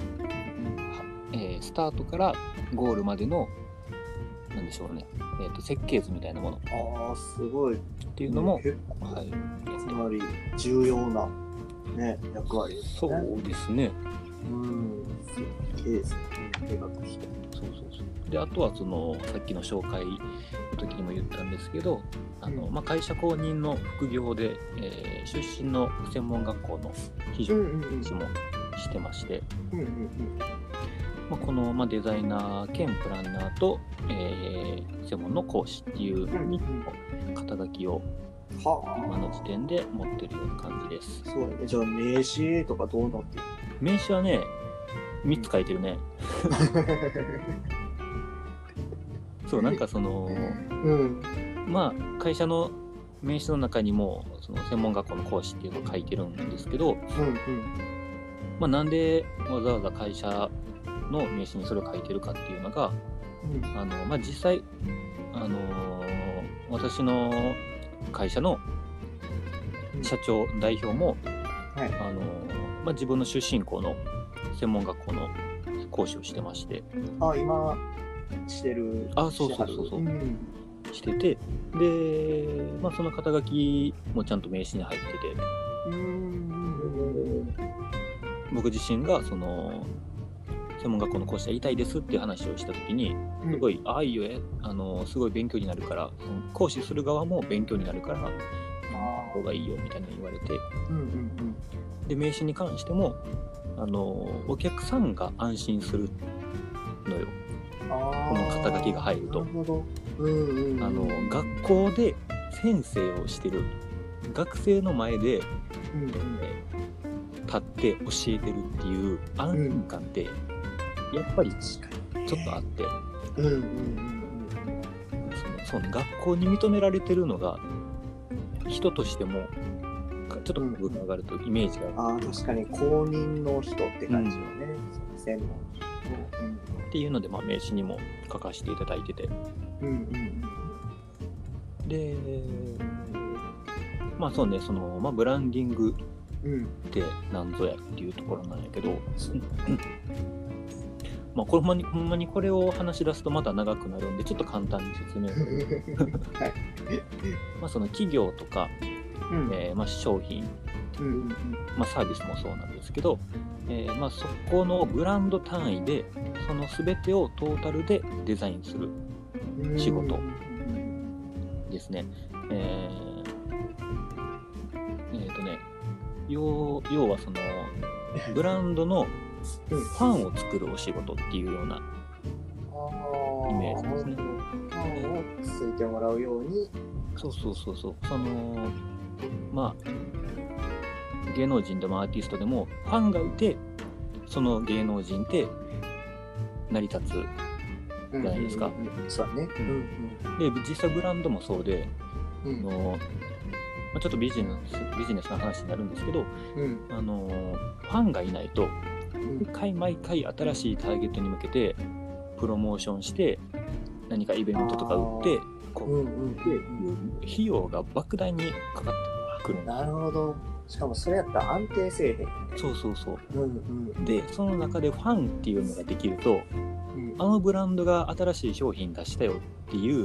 スタートからゴールまでのなんでしょうね、設計図みたいなもの。 ああ、すごい。 っていうのも、はい、 つまり重要な、ね、役割、ね。 そうですね。 設計図、計画して。 で、あとはそのさっきの紹介の時にも言ったんですけど、まあ、会社公認の副業で、出身の専門学校の非常にもしてまして、まあ、この、まあ、デザイナー兼プランナーと、専門の講師っていう肩書きを今の時点で持ってるような感じです。 そうね。じゃあ名刺とかどうなってる？ 名刺はね、3つ書いてるね。そう、なんかその、まあ会社の名刺の中にもその専門学校の講師っていうのを書いてるんですけど、まあなんでわざわざ会社の名刺にそれを書いてるかっていうのが、まあ実際私の会社の社長代表も、まあ、自分の出身校の専門学校の講師をしてまして、 今してる。 そう、してて、で、まあ、その肩書きもちゃんと名刺に入ってて、僕自身がその専門学校の講師やりたいですっていう話をしたときに、すごい、いいよ、すごい勉強になるから、講師する側も勉強になるから、方がいいよみたいな言われて、で、名刺に関しても、お客さんが安心するのよ。この肩書きが入ると。学校で先生をしてる、学生の前で、立って教えてるっていう安心感って、やっぱりちょっとあって、そうね、学校に認められてるのが人としてもちょっと部分が上がるとイメージが、 確かに公認の人って感じよね、専門っていうので、まあ、名刺にも書かせていただいてて、で、まあそうね、その、まあ、ブランディングって何ぞやっていうところなんやけど、まあ、ほんまにこれを話し出すとまた長くなるんで、ちょっと簡単に説明する。まあその企業とか、まあ、商品、まあ、サービスもそうなんですけど、まあ、そこのブランド単位でその全てをトータルでデザインする仕事ですね。要はそのブランドのファンを作るお仕事っていうようなイメージですね。 ファンをついてもらうように。 そう。そのまあ芸能人でもアーティストでもファンがいて、その芸能人って成り立つじゃないですか。 そうだね。 で実際ブランドもそうで、ちょっとビジネスの話になるんですけど、ファンがいないと毎回新しいターゲットに向けてプロモーションして何かイベントとか売って費用が莫大にかかってくるんです。 なるほど。しかもそれやったら安定せえへん、ね。 そう、でその中でファンっていうのができると、あのブランドが新しい商品出したよっていう、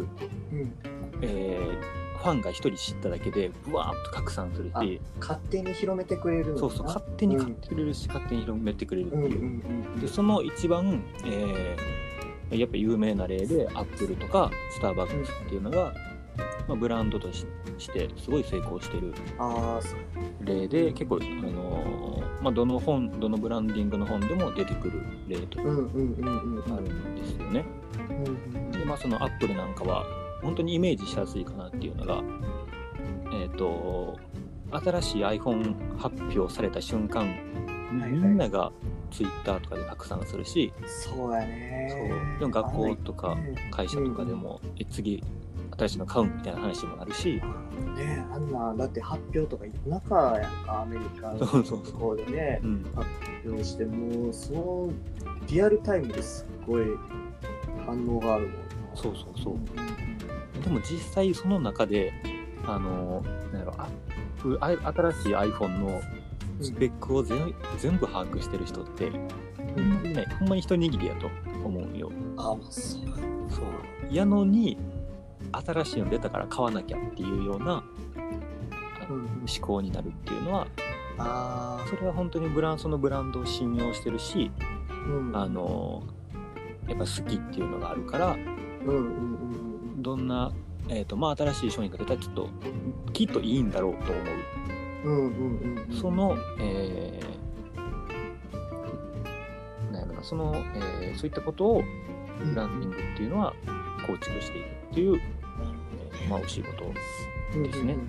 ファンが一人知っただけでブワーッと拡散するし、 勝手に広めてくれるのかな。 そう勝手に買ってくれるし、勝手に広めてくれるっていう、でその一番、やっぱ有名な例でアップルとかスターバックスっていうのが、ブランドとしてすごい成功してる例で、結構どのブランディングの本でも出てくる例とかあるんですよね。でそのアップルなんかは本当にイメージしやすいかなっていうのが、新しい iPhone 発表された瞬間、みんなが Twitter とかで拡散するし、 そうやね。 でも学校とか会社とかでも、次新しいの買うみたいな話もあるし、 あんなだって発表とか夜中やんか、アメリカの方でね、発表して、もうそのリアルタイムですっごい反応があるもんな。 そうでも実際その中で新しい iPhone のスペックを全部把握してる人ってほんまに一握りやと思うよ。そうやのに新しいの出たから買わなきゃっていうような思考になるっていうのは、それは本当にそのブランドを信用してるし、やっぱ好きっていうのがあるから、どんな、新しい商品が出たらきっといいんだろうと思う。その、そういったことをブランディングっていうのは構築していくっていう、お仕事ですね。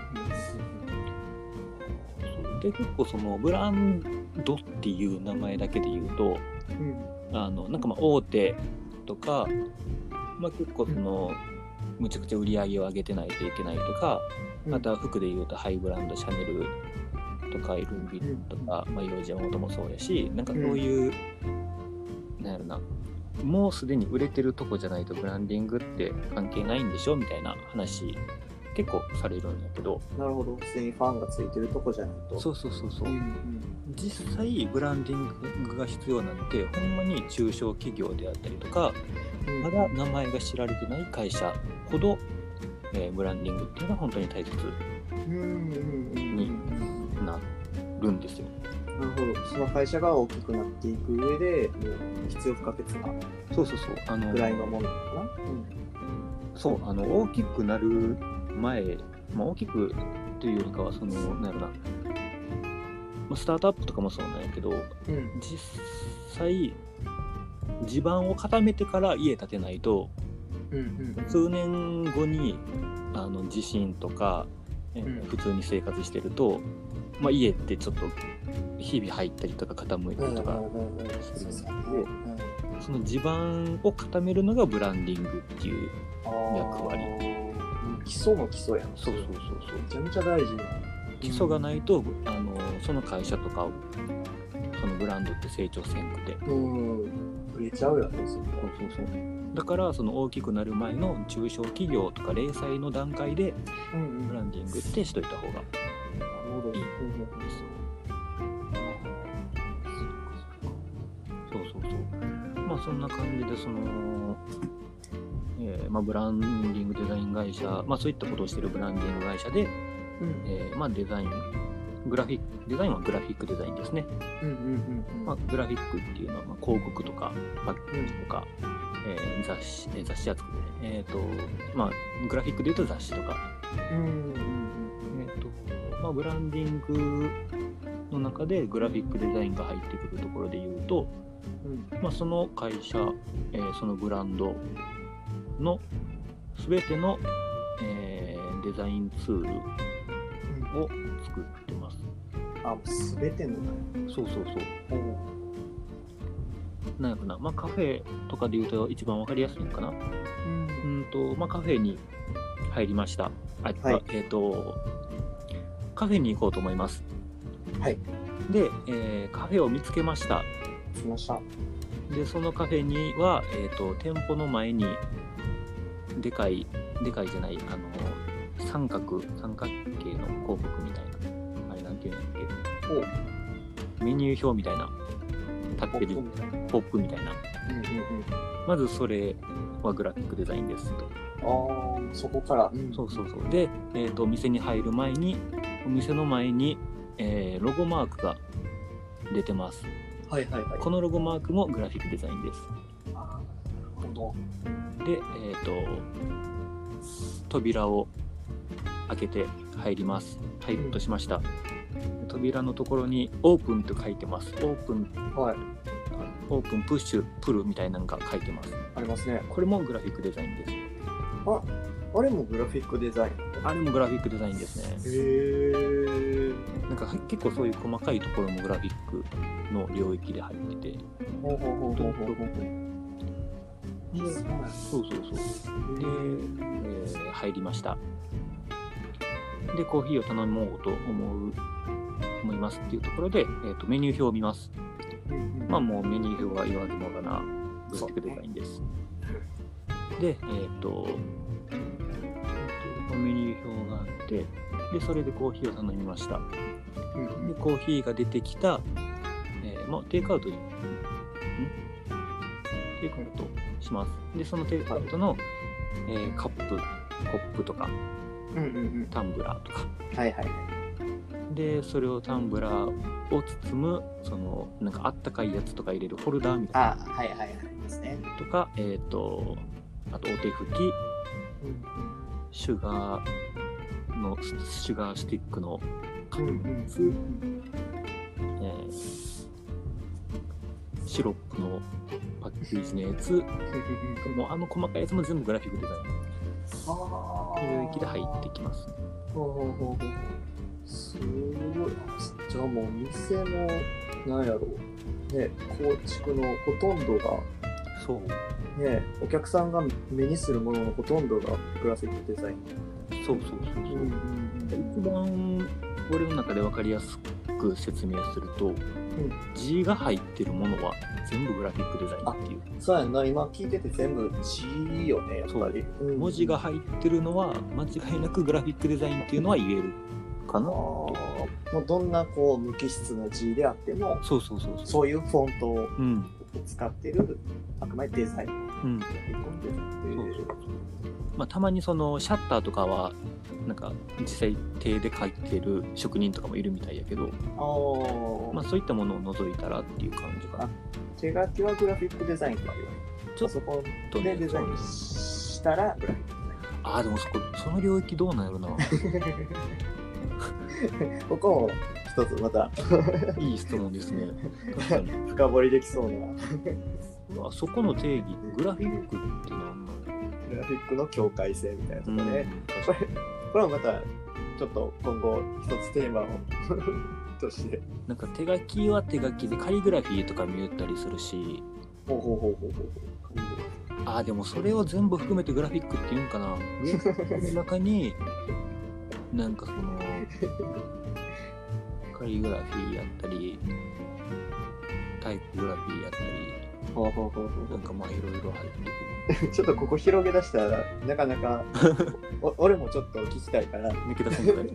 で結構そのブランドっていう名前だけで言うと、大手とか、結構そのむちゃくちゃ売り上げを上げてないといけないとか、また服で言うとハイブランドシャネルとかイルビットとか、ヨージヤマモトもそうやし、そういうもうすでに売れてるとこじゃないとブランディングって関係ないんでしょみたいな話結構されるんやけど。 なるほど。すでにファンがついてるとこじゃないと。 そう、実際ブランディングが必要なので、ほんまに中小企業であったりとか、まだ名前が知られてない会社ほど、ブランディングっていうのは本当に大切になるんですよ。 なるほど。その会社が大きくなっていく上で必要不可欠なぐらいのものかな。 大きくなる前、大きくというよりかはスタートアップとかもそうなんやけど、実際地盤を固めてから家建てないと、数年後に地震とか、普通に生活してると、家ってちょっと日々入ったりとか傾いたりとかするので、その地盤を固めるのがブランディングっていう役割。 基礎の基礎やん。 そう。 めちゃめちゃ大事な。 基礎がないとその会社とかそのブランドって成長せんくて。 売れちゃうよね。 そう。だからその大きくなる前の中小企業とか零細の段階でブランディングってしといた方がいいんですよ。そう。そんな感じでブランディングデザイン会社、そういったことをしているブランディング会社で、デザインはグラフィックデザインですね。グラフィックっていうのは広告とかパッケージとか、雑誌や作ってね、グラフィックでいうと雑誌とか、ブランディングの中でグラフィックデザインが入ってくるところでいうと、その会社、そのブランドの全ての、デザインツールを作ってます。 全ての。 そう。 なんやろな、まあ、カフェとかで言うと一番わかりやすいのかな。まあ、カフェに入りました。はい、カフェに行こうと思います。 はい。 で、カフェを見つけました。 来ました。 で、そのカフェには、店舗の前にでかいじゃない、三角形の広告みたいな、あれなんていうんだっけ、メニュー表みたいな立ってるポップみたいな、まずそれはグラフィックデザインですと。 そこから、 そうで、お店に入る前にお店の前に、ロゴマークが出てます。 はいはいはい。 このロゴマークもグラフィックデザインです。 なるほど。 で、扉を開けて入ります。入ろうとしました。扉のところにオープンと書いてます。オープン、 はい、 オープン、プッシュ、プルみたいなのが書いてます。 ありますね。 これもグラフィックデザインです。 あれもグラフィックデザイン。 あれもグラフィックデザインですね。なんか結構そういう細かいところもグラフィックの領域で入ってて。そう。で、入りました。で、コーヒーを頼もうと思いますっていうところで、メニュー表を見ます。まあもうメニュー表は言わずもがなグラフィックデザインです。で、メニュー表があって、で、それでコーヒーを頼みました。で、コーヒーが出てきた、まあ、テイクアウトします。で、そのテイクアウトの、カップ、コップとか、タンブラーとか。で、それをタンブラーを包む、なんかあったかいやつとか入れるホルダーみたいな。 ですね。 とか、あとお手拭き、シュガースティックのカップのやつ、シロップのパッケージのやつ、もう細かいやつも全部グラフィックデザインの領域で入ってきますね。 すごい。じゃあもう店のなんやろうね、構築のほとんどがそうね、お客さんが目にするもののほとんどがグラフィックデザイン。 そう。一番俺の中で分かりやすく説明すると、字が入ってるものは全部グラフィックデザインっていう。 そうやんな、今聞いてて全部字よね、やっぱり。 文字が入ってるのは間違いなくグラフィックデザインっていうのは言えるかな。 もうどんな無機質な字であっても、そういうフォントを使ってる、あくまでデザイン。 まあ、たまにそのシャッターとかはなんか実際手で描いてる職人とかもいるみたいやけど、まあ、そういったものを除いたらっていう感じかな。 手書きはグラフィックデザインとか言われる。ちょっとそこでデザインしたらグラフィックデザイン。 でもその領域どうなんやろな。 ここも一つまたいい質問ですね。 深掘りできそうな。 そこの定義、グラフィックって何なの？ グラフィックの境界線みたいなところね。これはまたちょっと今後一つテーマをとして。 なんか手書きは手書きでカリグラフィーとか見えたりするし。でもそれを全部含めてグラフィックって言うんかな。の中になんかカリグラフィーやったりタイポグラフィーやったり、なんかまあいろいろ入ってくる。 ちょっとここ広げ出したらなかなか俺もちょっと聞きたいから抜け出せない。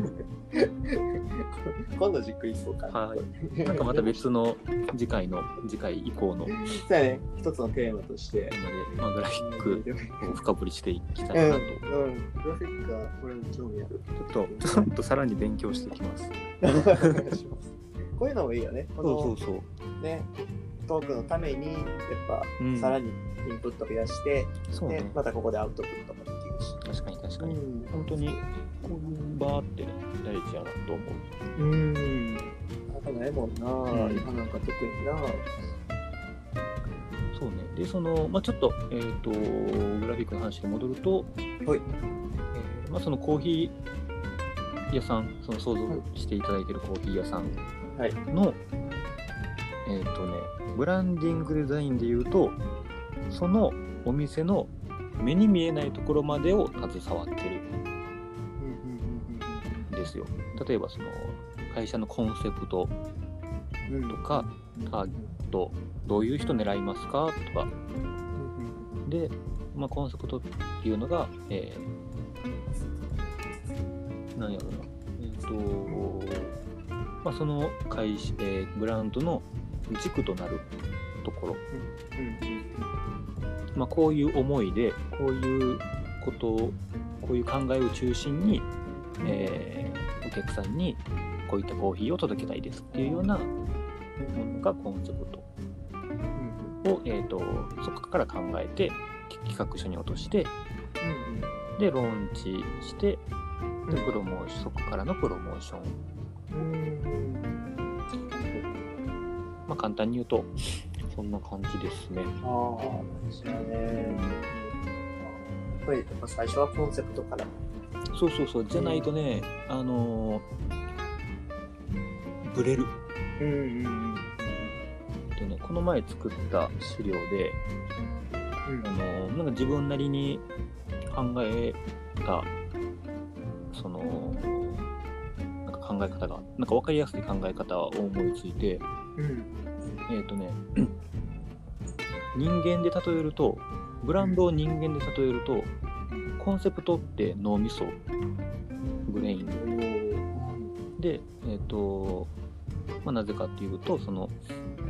今度じっくりいこうか。 なんかまた別の次回以降のそうやね、一つのテーマとしてまあ、グラフィックを深掘りしていきたいなと。 グラフィックはこれに興味ある。 ちょっとさらに勉強してきます。 こういうのもいいよね。 そうね、トークのためにやっぱ、さらにインプット増やして、またここでアウトプットもできるし。 確かに、本当にこういう場って大事やなと思う。なんかないもんな、今なんか特にな。 そうね。でまあちょっとグラフィックの話に戻ると、まあそのコーヒー屋さん、想像していただいているコーヒー屋さんの、 ブランディングデザインでいうと、そのお店の目に見えないところまでを携わってるんですよ。例えばその会社のコンセプトとか、ターゲット、どういう人狙いますかとかで、コンセプトっていうのが、何やろな、その会社、ブランドの軸となるところ、こういう思いでこういうことを、こういう考えを中心に、お客さんにこういったコーヒーを届けたいですっていうようなものがコンセプトを、そこから考えて企画書に落として、でローンチして、でそこからのプロモーション、簡単に言うとそんな感じですね。 ですよね。やっぱ最初はコンセプトから。 そうじゃないとね、ブレる。でね、この前作った資料で、なんか自分なりに考えたそのなんか考え方が、なんか分かりやすい考え方を思いついて、人間で例えると、ブランドを人間で例えると、コンセプトって脳みそ、ブレインで、なぜかっていうと、その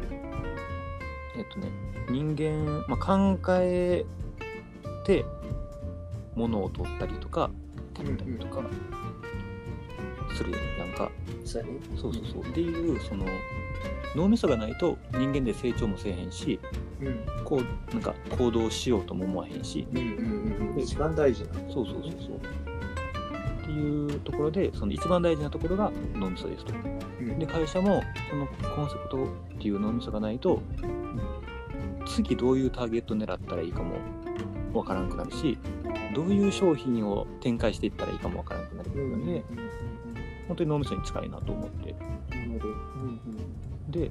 人間、考えて物を取ったりとか食べたりとかするなんか、そうっていう、その脳みそがないと人間で成長もせえへんし、こうなんか行動しようとも思わへんし、 一番大事な。 そうっていうところで、その一番大事なところが脳みそですと。で、会社もそのコンセプトっていう脳みそがないと、次どういうターゲット狙ったらいいかもわからなくなるし、どういう商品を展開していったらいいかもわからなくなるので、本当に脳みそに近いなと思って。で、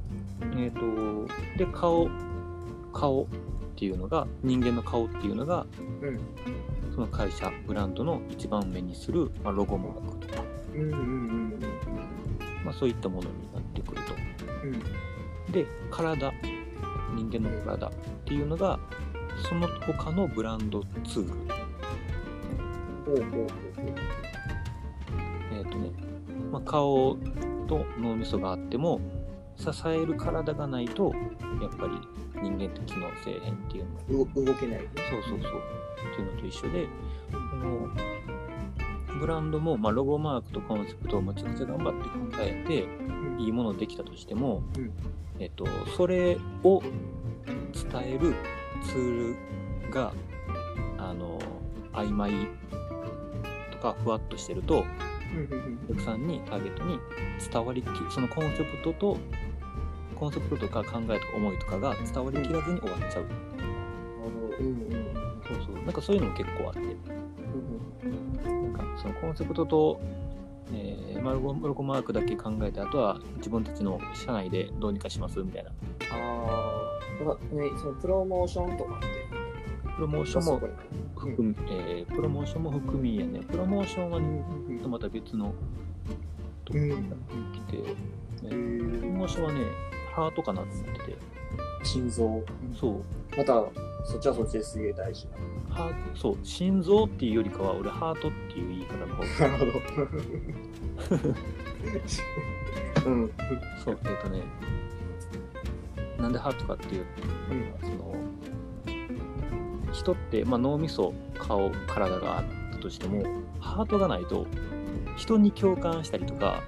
で顔っていうのが、人間の顔っていうのが、その会社ブランドの一番目にする、ロゴマークとか、そういったものになってくると。で、人間の体っていうのがその他のブランドツール。顔と脳みそがあっても支える体がないと、やっぱり人間って機能せえへんっていうのが動けない。 そうっていうのと一緒で、ブランドも、ロゴマークとコンセプトをめちゃくちゃ頑張って考えて、いいものできたとしても、それを伝えるツールが曖昧とかふわっとしてると、お客さんに、ターゲットに伝わりき、そのコンセプトとか考えとか思いとかが伝わりきらずに終わっちゃう。なんかそういうのも結構あって、なんかそのコンセプトと、ロゴマークだけ考えて、あとは自分たちの社内でどうにかしますみたいな。 そのプロモーションとかって、 プロモーションも含みやね。プロモーションはね、また別のところになってきて、プロモーションはね、ハートかなと思ってて。 心臓。そう。またそっちはそっちですげえ大事な。 そう、心臓っていうよりかは俺ハートっていう言い方の方が。 なるほど。 そう、なんでハートかっていう、その人って、脳みそ、顔、体があったとしても、ハートがないと人に共感したりとか、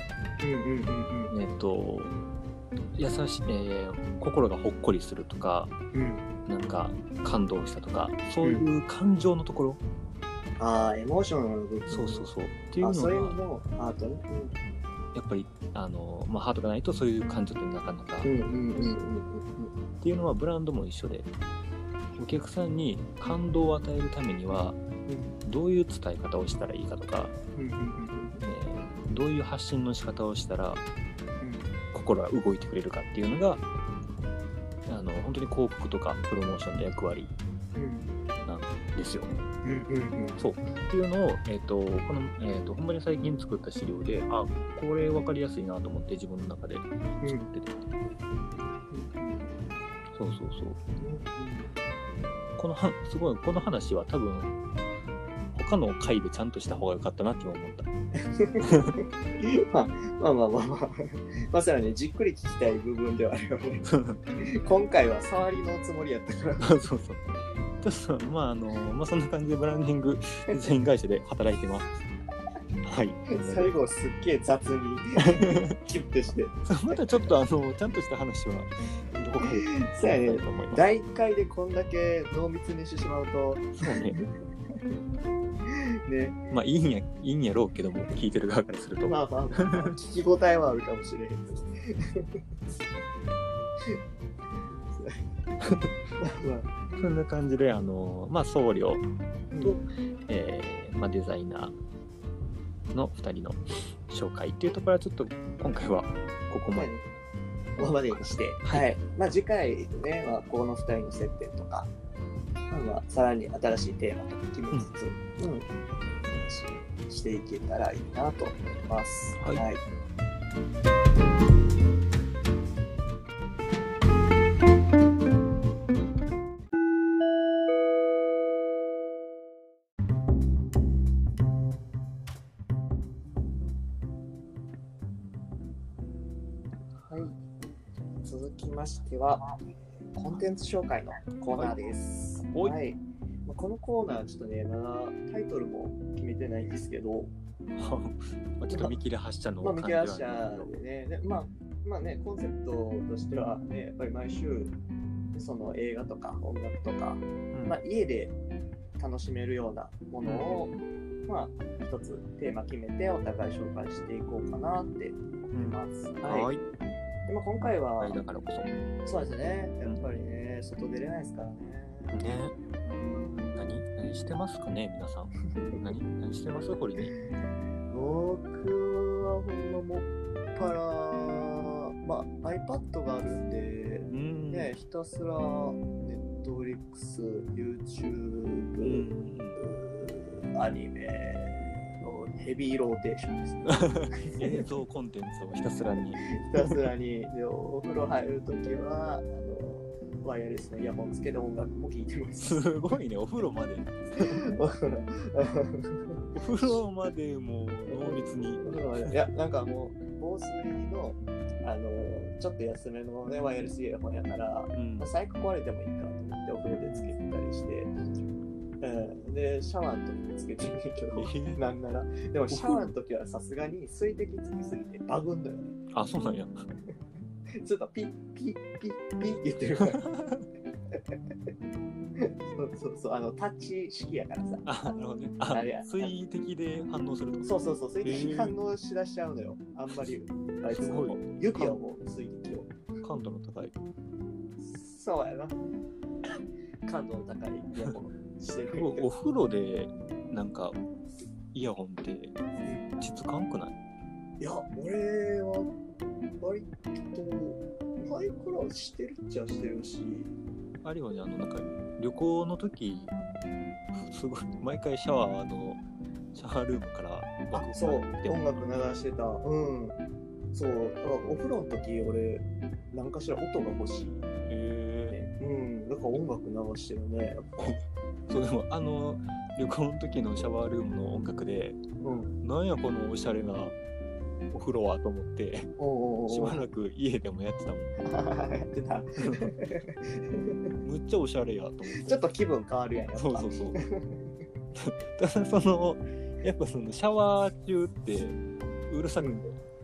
優しい、心がほっこりするとか、なんか感動したとか、そういう感情のところ、 エモーションの部分。 そうっていうのが、 そういうのもハートね。 やっぱりハートがないとそういう感情ってなかなか、っていうのはブランドも一緒で、お客さんに感動を与えるためにはどういう伝え方をしたらいいかとか、どういう発信の仕方をしたら心が動いてくれるかっていうのが本当に広告とかプロモーションの役割なんですよ。そうっていうのを、この、ほんまに最近作った資料でこれ分かりやすいなと思って自分の中で作ってて、そうすごいこの話は多分他の回でちゃんとした方が良かったなって思った。 まさにね、じっくり聞きたい部分ではあるよね。今回は触りのつもりやったから。 そうちょっとそんな感じでブランディングデザイン会社で働いてます。はい。 最後すっげえ雑にキュッてして。 またちょっとちゃんとした話はどこかでそうやね。第1回でこんだけ濃密にしてしまうと。 そうね。 ね、 まあいいんやろうけども、聞いてる側からすると聞き応えはあるかもしれへんそんな感じで僧侶と、デザイナーの2人の紹介っていうところはちょっと今回はここまでにして、はい。次回ね、この2人の接点とかさらに新しいテーマとか決めつつ、していけたらいいなと思います。はい。はい、続きましてはコンテンツ紹介のコーナーです。はい。このコーナーちょっとね、まだタイトルも決めてないんですけど、 ちょっと見切り発車の感じは、見切り発車でね、ね、コンセプトとしてはね、やっぱり毎週その映画とか音楽とか、家で楽しめるようなものを、一つテーマ決めてお互い紹介していこうかなって思ってます。はい。で今回は、 だからこそ。 そうですね。やっぱりね、外出れないですからね。 何してますかね、皆さん。何してますホリに。 僕はほんまもっぱら、iPad があるんで、ね、ひたすら Netflix、YouTube、アニメのヘビーローテーションですね。 映像コンテンツをひたすらに。 でお風呂入るときはワイヤレスのイヤホンつけて音楽も聴いてます。 すごいね、お風呂まで。お風呂までも濃密に。 いや、なんかもう防水のちょっと安めのねワイヤレスイヤホンやから、最悪壊れてもいいかと思ってお風呂でつけてたりして、でシャワーの時につけてるけど、なんならでもシャワーの時はさすがに水滴つきすぎてバグんだよね。 あ、そうなんや。 ちょっとピッピッピッピッって言ってるから。そうタッチ式やからさ。 なるほどね。水滴で反応すると。 そう水滴に反応しだしちゃうのよ。あんまりあいつも指はもう水滴を。 感度の高い。 そうやな。感度の高いイヤホンしてる。 お風呂でなんかイヤホンって質感くない？ いや、俺は割と前からしてるっちゃしてるし、 あるよね、なんか旅行の時すごい毎回シャワールームからそう音楽流してた。そうだからお風呂の時俺何かしら音が欲しい。だから音楽流してるね。やっぱそうでも旅行の時のシャワールームの音楽で、なんやこのおしゃれなお風呂はと思ってしばらく家でもやってたもん。 やってた。 むっちゃおしゃれやと思って。 ちょっと気分変わるやん。 そうただやっぱそのシャワー中ってうるさくて、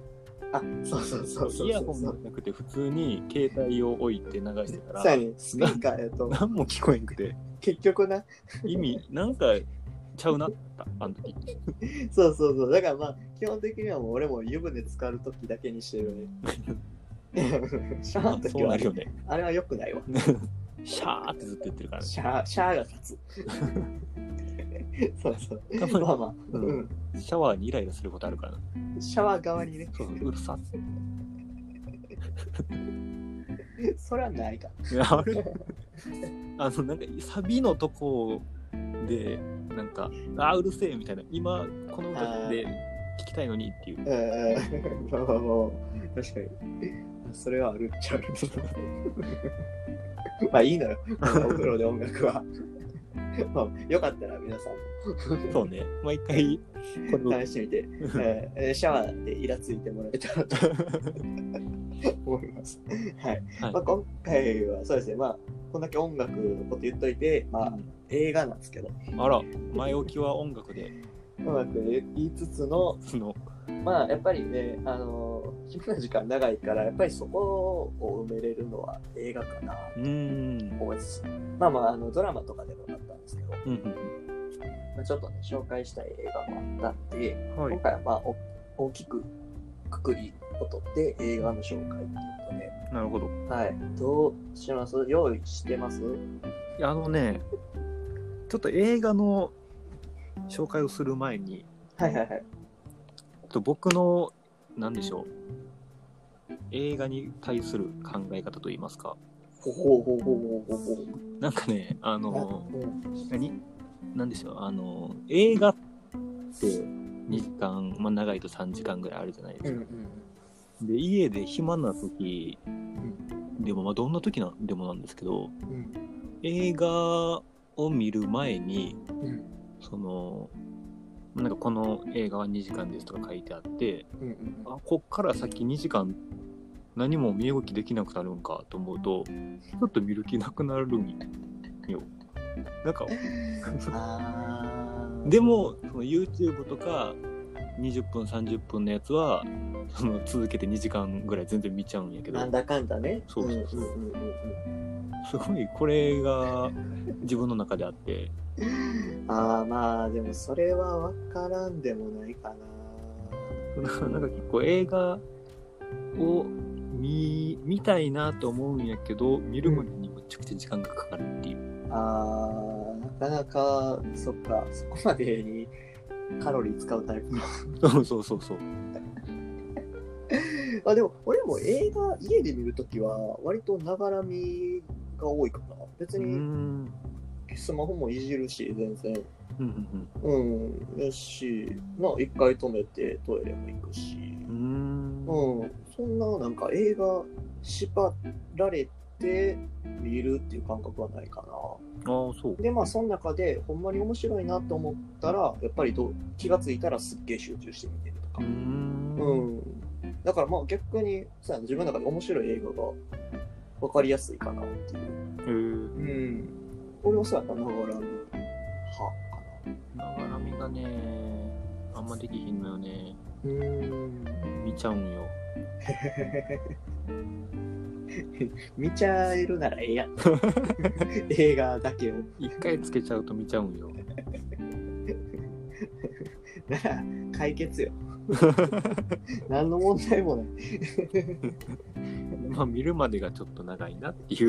そうイヤホンじゃなくて普通に携帯を置いて流してたら、 スピーカーやと何も聞こえんくて、 結局な意味なんかちゃうなったあの時。 そうだから基本的にはもう俺も湯船浸かる時だけにしてるね。シャワーの時はあれは良くないわ。 シャーってずっと言ってるからね。 シャーが立つ。そうシャワーにイライラすることあるからな。 シャワー側にね。 うるさっ。 それはないか。 いやあれなんかサビのとこでなんかうるせえみたいな、今この歌で聞きたいのにっていう。 確かにそれはあるっちゃある。まあいいのよ、お風呂で音楽は。まあ、よかったら皆さんもそうね、毎回これ試してみて、シャワーでイラついてもらえたらと思います。はい。まあ、今回はそうですね、まあこんだけ音楽のこと言っといて、まあ映画なんですけど。 あら、前置きは音楽で。 音楽で言いつつの、まあやっぱりね、暇な時間長いからやっぱりそこを埋めれるのは映画かなと思います。まあドラマとかでもあったんですけど、まあ、ちょっとね紹介したい映画もあったんで、今回はまあ大きくくくりをとって映画の紹介っていうことで。 なるほど。 はい。どうします？用意してます？ いやちょっと映画の紹介をする前に、僕の何でしょう、映画に対する考え方といいますか、なんかね何でしょう、映画って2時間、まあ、長いと3時間ぐらいあるじゃないですか。で家で暇な時でも、まあ、どんな時でもなんですけど、映画を見る前に、なんかこの映画は2時間ですとか書いてあって、こっから先2時間何も身動きできなくなるんかと思うと、ちょっと見る気なくなるんよ。なんかでもその YouTube とか20分30分のやつは続けて2時間ぐらい全然見ちゃうんやけど、 なんだかんだね。 そうすごいこれが自分の中であって、 まあでもそれは分からんでもないかな。なんか結構映画を見たいなと思うんやけど、見るまでにめちゃくちゃ時間がかかるっていう。 なかなかそこまでにカロリー使うタイプのそうでも俺も映画家で見るときは割とながら見が多いかな。別にスマホもいじるし全然よし一回止めてトイレも行くし、そんななんか映画縛られて見るっていう感覚はないかな。 そうでまあその中でほんまに面白いなと思ったらやっぱり気がついたらすっげえ集中して見てるとか。だからまあ逆に自分の中で面白い映画が分かりやすいかなっていう。俺はそうやったながらみ派かな。ながらみがねあんまできひんのよね。見ちゃうんよ。 見ちゃえるならええやん。映画だけを一回つけちゃうと見ちゃうんよ。 なら解決よ。何の問題もない。 まあ見るまでがちょっと長いなっていう。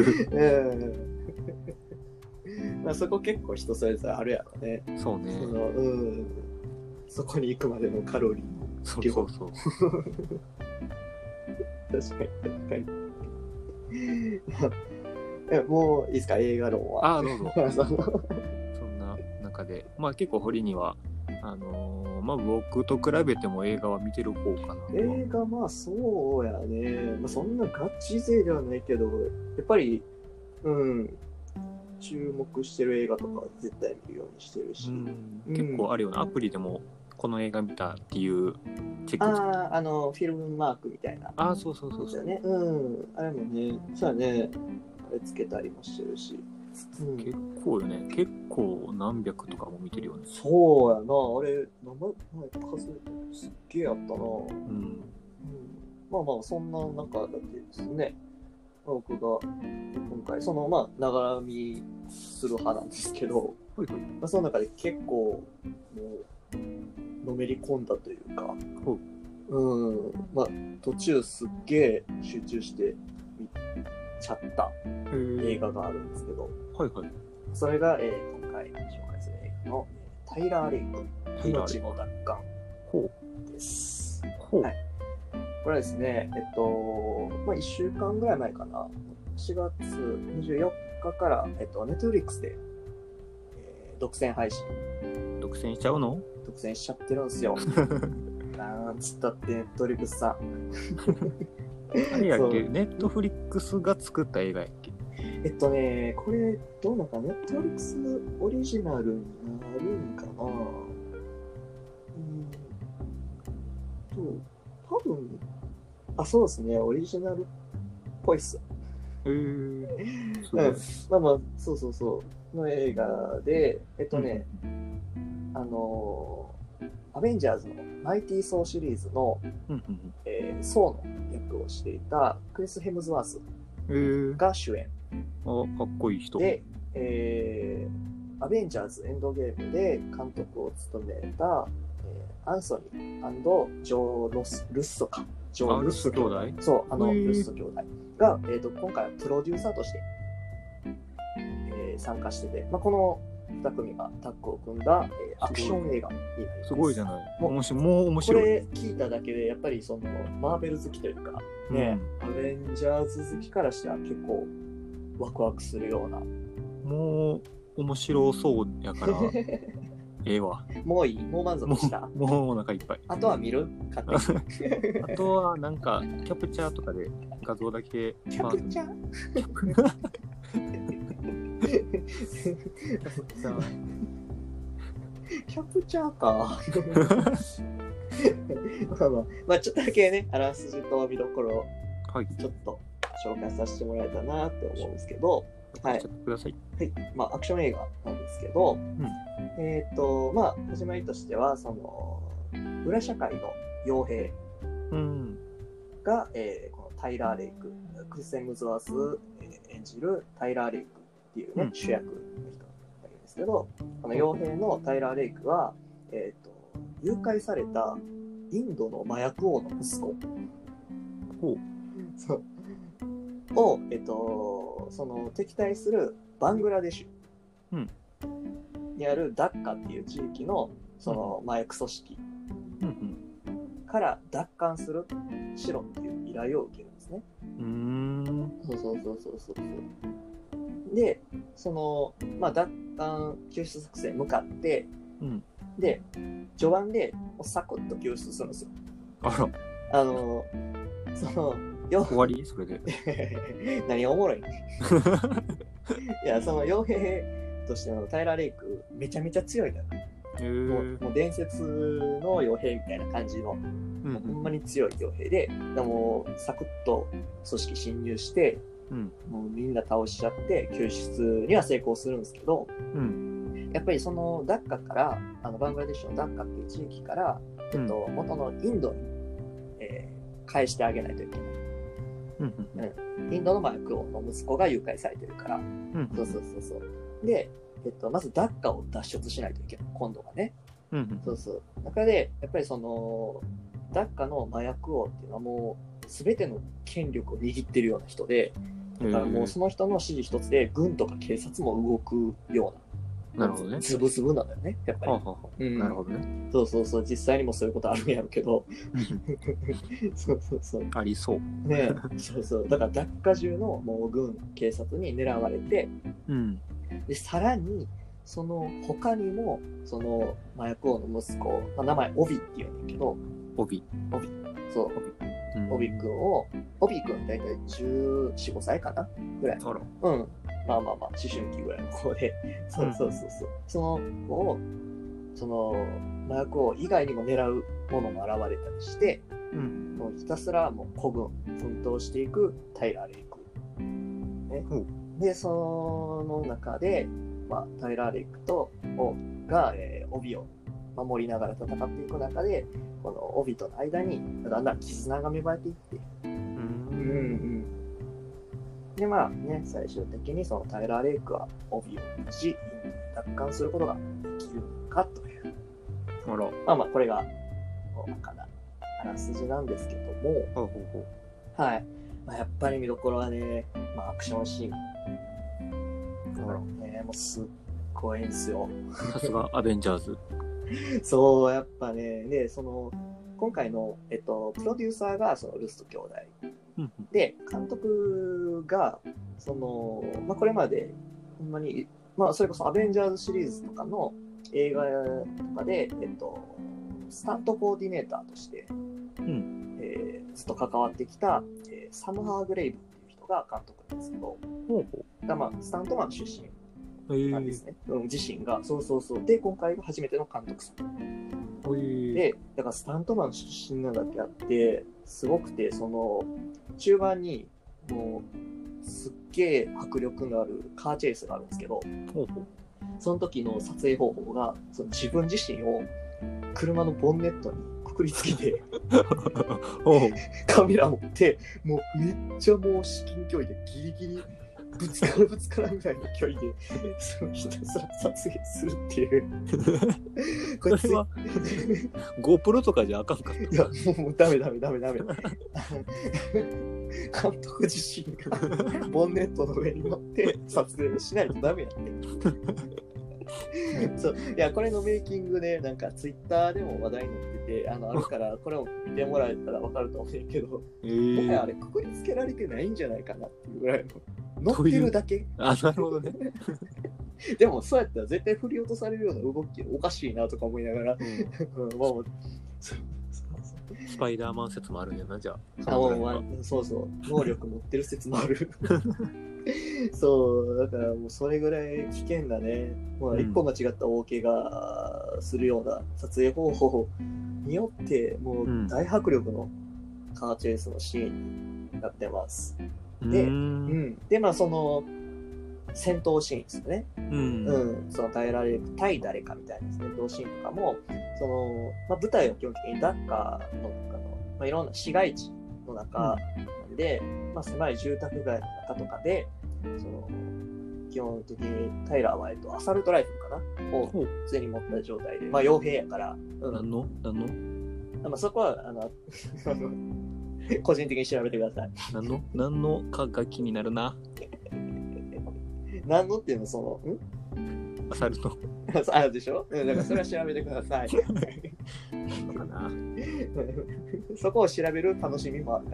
まあそこ結構人それぞれあるやろね。 そうね。 そこに行くまでのカロリーの量。そう。確かに。もういいですか、映画論は。 どうぞ。そんな中で、まあ結構堀にはまあ僕と比べても映画は見てる方かな。 映画まあそうやね。まあそんなガチ勢ではないけど、やっぱり注目してる映画とか絶対見るようにしてるし。 結構あるよな、アプリでもこの映画見たっていうチェック。 フィルムマークみたいな。 そうだね。あれもね、そうやね。あれつけたりもしてるし。 結構よね。結構何百とかも見てるよね。 そうやな。あれ、数すっげえやったな。まあそんな中だけですね。僕が今回ながら見する派なんですけど、その中で結構もうのめり込んだというか、途中すっげえ集中して見ちゃった映画があるんですけど、それが、今回紹介する映画のタイラー・レイク命の奪還です。これはですね、 まあ、1週間ぐらい前かな、4月24日から、Netflix で、独占配信。 独占しちゃうの？ 独占しちゃってるんですよ。なんつったって Netflix さん。 あれやっけ、Netflix が作った映画やっけ？ これ、どうなのか、Netflix オリジナルになるんかな。多分、そうですね、オリジナルっぽいっす。まあまあ、そうの映画で、アベンジャーズのマイティー・ソーシリーズの、ソーの役をしていたクリス・ヘムズワースが主演。 かっこいい人。 で、アベンジャーズ・エンドゲームで監督を務めた、アンソニー&ジョー・ルッソか。ジョー・ルッソ兄弟？そう、ルッソ兄弟が、今回はプロデューサーとして、参加してて、まあ、この2組がタッグを組んだ、アクション映画になります。 すごいじゃない。もう面白い。 これ聞いただけで、やっぱりそのマーベル好きというか、ね、アベンジャーズ好きからしたら結構ワクワクするような。 もう面白そうやから、ええわ。 もういい？もう満足した？ もうお腹いっぱい。 あとは見る？勝手に。 あとはなんか、キャプチャーとかで画像だけ。 キャプチャー？キャプチャーか。まあちょっとだけね、あらすじと見どころをちょっと紹介させてもらえたなって思うんですけど、はい。まあアクション映画なんですけど、まあ始まりとしては、その裏社会の傭兵が、このタイラー・レイク、クリス・エムズワース演じるタイラー・レイクっていうね、主役の人なんですけど、この傭兵のタイラー・レイクは、誘拐されたインドの麻薬王の息子を、その敵対するバングラデシュにあるダッカっていう地域のその麻薬組織から奪還するしろっていう依頼を受けるんですね。そう。で、その、まあ、奪還救出作戦に向かって、で、序盤でサクッと救出するんですよ。その、 終わりそれで。 何がおもろいいや、その傭兵としてのタイラー・レイク、めちゃめちゃ強いのよ。もう伝説の傭兵みたいな感じの、ほんまに強い傭兵で、でもサクッと組織侵入して、もうみんな倒しちゃって救出には成功するんですけど、やっぱりそのダッカからバングラデシュのダッカっていう地域から、元のインドに、返してあげないといけない。インドの麻薬王の息子が誘拐されてるから、そうで、まずダッカを脱出しないといけない、今度はね。中でやっぱりそのダッカの麻薬王っていうのはもう全ての権力を握ってるような人で、だからもうその人の指示一つで軍とか警察も動くような。 なるほどね。 つぶつぶなんだよね、やっぱり。 なるほどね。 そう、実際にもそういうことあるんやろうけど。そう。 ありそう。 ね、そう。だから、ダッカ中のもう軍、警察に狙われて、で、さらに、その他にも、その麻薬王の息子、名前、オビっていうんだけど、オビ。そう。オビ君を、オビ君大体14、15歳かなぐらい。まあ、思春期ぐらいの子で、そう。その子を、その麻薬王以外にも狙うものも現れたりして、もうひたすらもう孤軍、奮闘していくタイラー・レイク。ねで、その中で、タイラー・レイクが、帯を守りながら戦っていく中で、この帯との間にだんだん絆が芽生えていって、で、最終的にそのタイラー・レイクは帯を無事奪還することができるかという。これが大まかなあらすじなんですけども、はい。やっぱり見どころはね、アクションシーン。もうすっごいんですよ。 さすがアベンジャーズ。 そう、やっぱね、で、その、今回の、プロデューサーがそのルスト兄弟で、監督が、これまで、ほんまに、それこそアベンジャーズシリーズとかの映画とかで、スタントコーディネーターとして、ずっと関わってきた、サム・ハーグレイブっていう人が監督なんですけど、スタントマン出身なんですね。自身が。そう。で、今回が初めての監督さん。で、だからスタントマン出身なだけあって、すごくて、中盤に、もう、すっげえ迫力のあるカーチェイスがあるんですけど、その時の撮影方法が、自分自身を車のボンネットにくくりつけてカメラ持ってもうめっちゃもう至近距離でギリギリぶつからんぐらいの距離でひたすら撮影するっていうこれはGoPro とかじゃあかんかった。 いやもうダメ監督自身がボンネットの上に乗って撮影しないとダメやってそういやこれのメイキングでなんかツイッターでも話題になっててあるからこれを見てもらえたら分かると思うんだけど、もはやあれくくりつけられてないんじゃないかなっていうぐらいの乗ってるだけ。 なるほどね。 でもそうやったら絶対振り落とされるような動きおかしいなとか思いながら、 スパイダーマン説もあるんやな、じゃあ。 そう能力持ってる説もある。そうだからもうそれぐらい危険なね、一歩間違った大怪我するような撮影方法によってもう大迫力のカーチェイスのシーンになってます。で、その戦闘シーンですよね。その耐えられる対誰かみたいな戦闘シーンとかも舞台は基本的にダッカーの中の、いろんな市街地の中で、狭い住宅街の中とかで基本的にタイラーはアサルトライフルかなを常に持った状態で、傭兵やから、 何のそこは個人的に調べてください。 何のかが気になるな。 何のっていうのアサルトあるでしょ。だからそれは調べてください。 かなそこを調べる楽しみもあるから。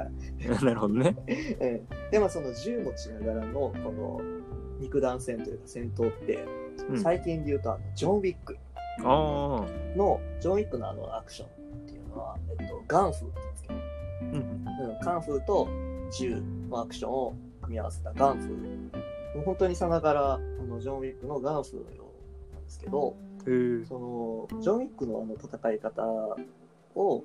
なるほどね。 でその銃持ちながらのこの肉弾戦というか戦闘って、最近で言うとジョン・ウィックのジョン・ウィックのアクションっていうのは、ガンフーって言うんですけど、カンフーと銃のアクションを組み合わせたガンフー。もう本当にさながらジョン・ウィックのガンフーのようなんですけど、ジョン・ウィックの戦い方を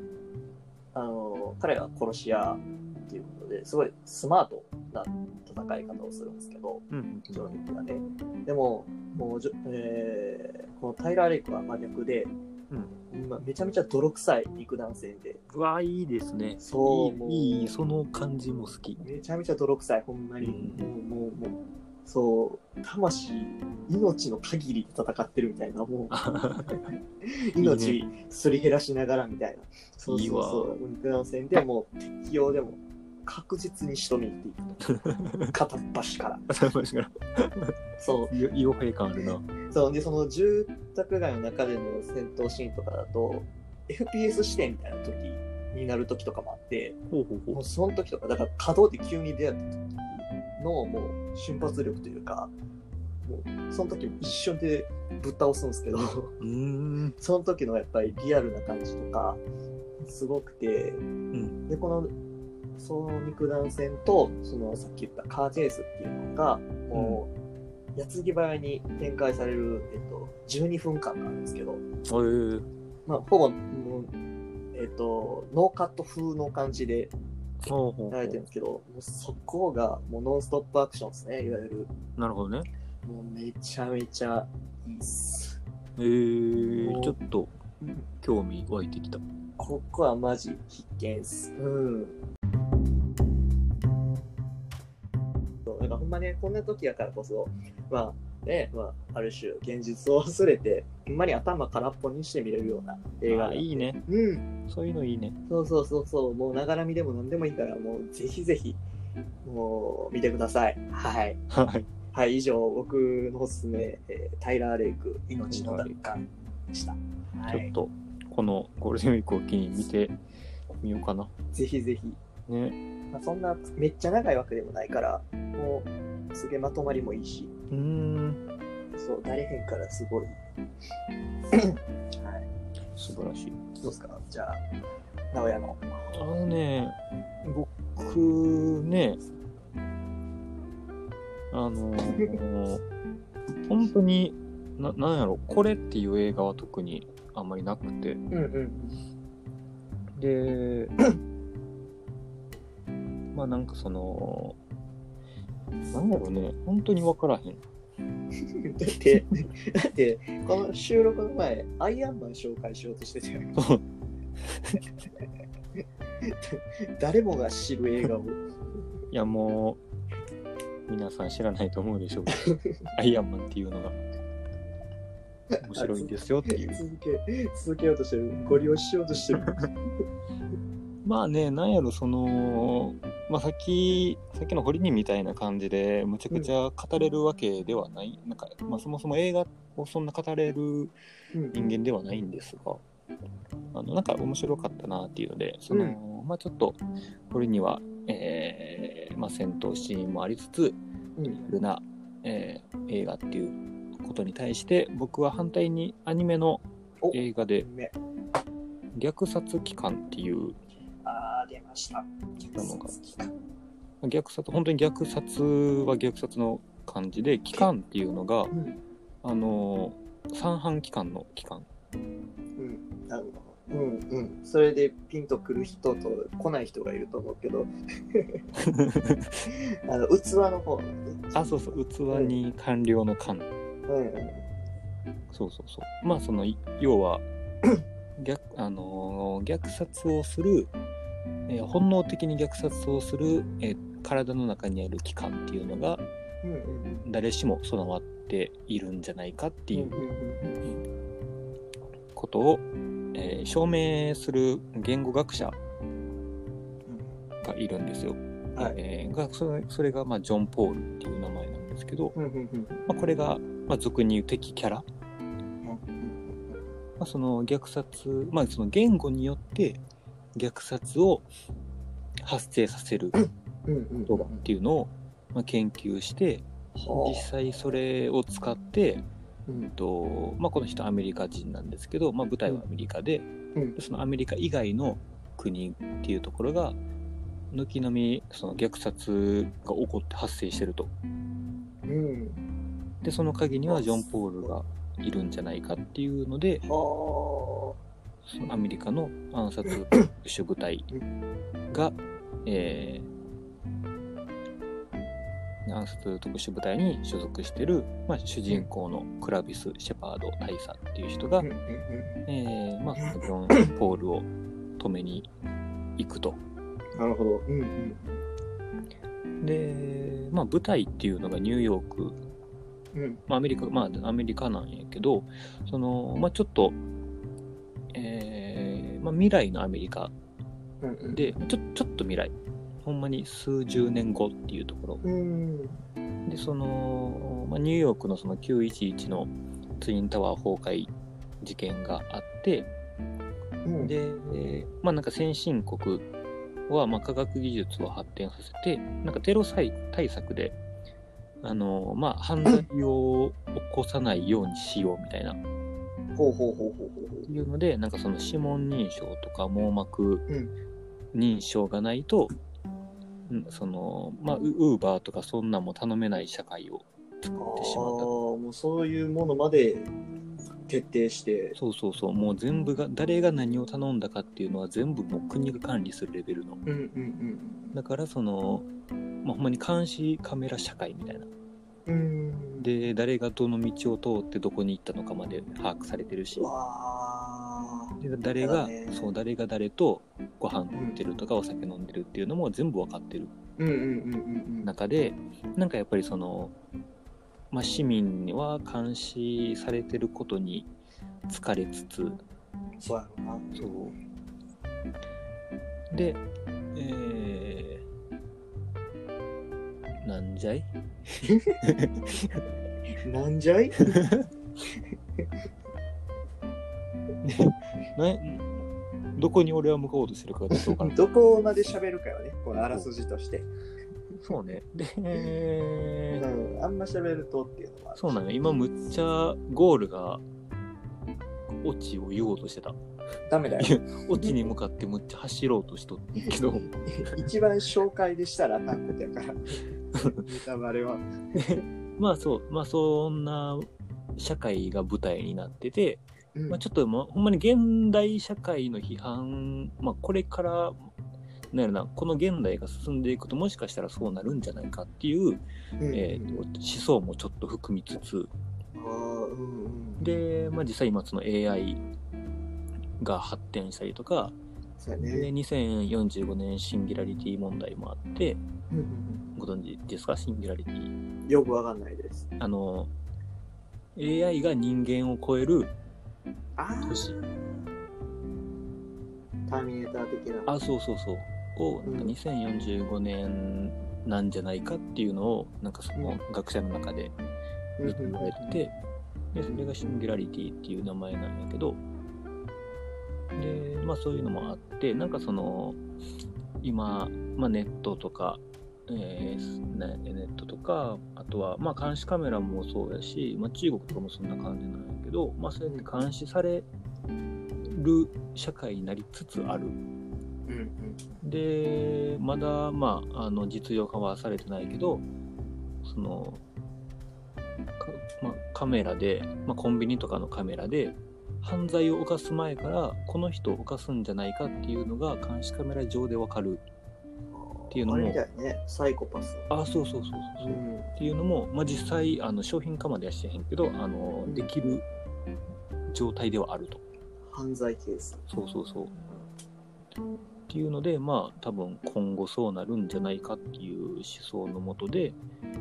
彼が殺し屋っていうことですごいスマートな戦い方をするんですけど、ジョン・ウィックがね。でもこのタイラー・レイクは真逆で、めちゃめちゃ泥臭い肉弾戦で。 うわいいですね。いいその感じも好き。 めちゃめちゃ泥臭いほんまに、もうそう魂命の限りで戦ってるみたいなもう命すり減らしながらみたいな。そう肉弾戦でも敵をでも確実に仕留めていくと片っ端からそう傭兵感あるな。 そうでその住宅街の中での戦闘シーンとかだと FPS 視点みたいな時になる時とかもあって、もうその時とかだから稼働で急に出会った時のもう瞬発力というか、もうその時も一瞬でぶっ倒すんですけどその時のやっぱりリアルな感じとかすごくて、でその肉弾戦とさっき言ったカーチェイスっていうのがもう矢継ぎ早に展開される、12分間なんですけど、ほぼノーカット風の感じでやられてるんですけど、もうそこがもうノンストップアクションですね、いわゆる。 なるほどね。 もうめちゃめちゃいいっす。 ちょっと興味湧いてきた。 ここはマジ必見っす。なんかほんまね、こんな時やからこそ、ある種現実を忘れて、ほんまに頭空っぽにして見れるような映画。 いいね。そういうのいいね。 そう、もうながら見でも何でもいいから、もうぜひぜひ、もう見てください。はい、以上、僕のおすすめ、タイラー・レイク、命の奪還でした。 ちょっと、このゴールデンウィークを機に見てみようかな。 ぜひぜひ。 ね、 まあ、そんなめっちゃ長いわけでもないからもうすげえまとまりもいいし、そう誰へんからすごいはい、 素晴らしい。 どうですか、じゃあ直哉の。 僕ね、本当になんやろ、これっていう映画は特にあんまりなくて、でまあなんかそのなんだろうね、本当に分からへん。 だってこの収録の前アイアンマン紹介しようとしてたよね誰もが知る映画を。 いやもう皆さん知らないと思うでしょうけどアイアンマンっていうのが面白いんですよっていう続けようとしてる、ご利用しようとしてるまあね、なんやろ、そのまあさっきの堀人みたいな感じでむちゃくちゃ語れるわけではない、なんか、まあ、そもそも映画をそんな語れる人間ではないんですが、なんか面白かったなっていうので、その、まあちょっとこれには、まあ、戦闘シーンもありつつリアルな、映画っていうことに対して僕は反対にアニメの映画で虐殺機関っていう出ました虐殺、本当に虐殺は虐殺の漢字で、機関っていうのが、三半規管の機関。 それでピンとくる人と来ない人がいると思うけど器の方、 そうそう、器に官僚の官、そうまあその要は虐殺をする、本能的に虐殺をする、体の中にある器官っていうのが、誰しも備わっているんじゃないかっていうことを、証明する言語学者がいるんですよ。それが、まあ、ジョン・ポールっていう名前なんですけど、まあ、これが、まあ、俗に言う敵キャラ、まあ、その虐殺、まあ、その言語によって虐殺を発生させる言葉っていうのを、まあ、研究して、実際それを使って、まあ、この人アメリカ人なんですけど、まあ、舞台はアメリカで、そのアメリカ以外の国っていうところが軒並みその虐殺が起こって発生してると、でその陰にはジョン・ポールがいるんじゃないかっていうので、そのアメリカの暗殺特殊部隊が、暗殺特殊部隊に所属してる、まあ、主人公のクラビス・シェパード大佐っていう人が、まあ、ジョン・ポールを止めに行くと。 なるほど。 で、まあ、舞台っていうのがニューヨーク、まあ、アメリカなんやけど、その、まあ、ちょっと、まあ、未来のアメリカで、ちょっと未来、ほんまに数十年後っていうところ、でその、まあ、ニューヨークのその911のツインタワー崩壊事件があって、で、まあなんか先進国はまあ科学技術を発展させて、なんかテロ対策でまあ犯罪を起こさないようにしようみたいないうので、なんかその指紋認証とか網膜認証がないと、そのまあウーバーとかそんなんも頼めない社会を作ってしまった。 もうそういうものまで徹底して、 そうもう全部が誰が何を頼んだかっていうのは全部もう国が管理するレベルの、だからその、まあ、ほんまに監視カメラ社会みたいな、で誰がどの道を通ってどこに行ったのかまで把握されてるし、で誰が誰とご飯食ってるとかお酒飲んでるっていうのも全部分かってる中で、なんかやっぱりその、まあ、市民は監視されてることに疲れつつ、 そうやろな。 そうで、なんじゃいなんじゃいどこに俺は向こうとしてるかどうかどこまで喋るかよね、このあらすじとして。 そうね。で、 あんま喋るとっていうのは。 そうなのよ。今むっちゃゴールがオチを言おうとしてた。 ダメだよ。 オチに向かってむっちゃ走ろうとしとったけど。 一番紹介でしたらあかんことやから。ネタバレは。 まあそう、まあそんな社会が舞台になってて、まあ、ちょっとほんまに現代社会の批判、まあこれからなんやろな、この現代が進んでいくともしかしたらそうなるんじゃないかっていう、思想もちょっと含みつつ、で、まあ、実際今その AI が発展したりとか、で2045年シンギュラリティ問題もあって、ご存知ですか、シンギュラリティ。 よくわかんないです。 AI が人間を超える都市。 ターミネーター的な。 そうそうそう。をなんか2045年なんじゃないかっていうのをなんかその学者の中で見てもらえて、でそれがシンギュラリティっていう名前なんやけど、でまあそういうのもあって、なんかその今、まあ、ネットとか、ネットとか、あとはまあ監視カメラもそうやし、まあ、中国とかもそんな感じなんやけど、まあそうやって監視される社会になりつつある。でまだまあ実用化はされてないけど、そのカメラで、まあ、コンビニとかのカメラで犯罪を犯す前からこの人を犯すんじゃないかっていうのが監視カメラ上でわかるっていうのも、 あれだよね、サイコパス。 そう、っていうのも、まあ、実際商品化まではしてへんけどできる状態ではあると。 犯罪ケース。 そうっていうので、まあ多分今後そうなるんじゃないかっていう思想のもとで、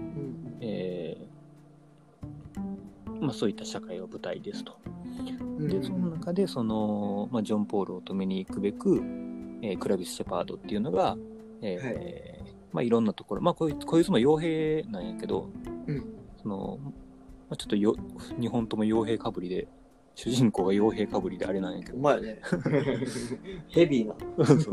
まあそういった社会が舞台ですと。でその中でその、まあ、ジョン・ポールを止めに行くべく、クラビス・シェパードっていうのが、まあいろんなところ、まあこいつも傭兵なんやけど、そのまあ、ちょっと2本とも傭兵かぶりで。主人公が傭兵かぶりであれなんやけど。 お前ね。ヘビーな。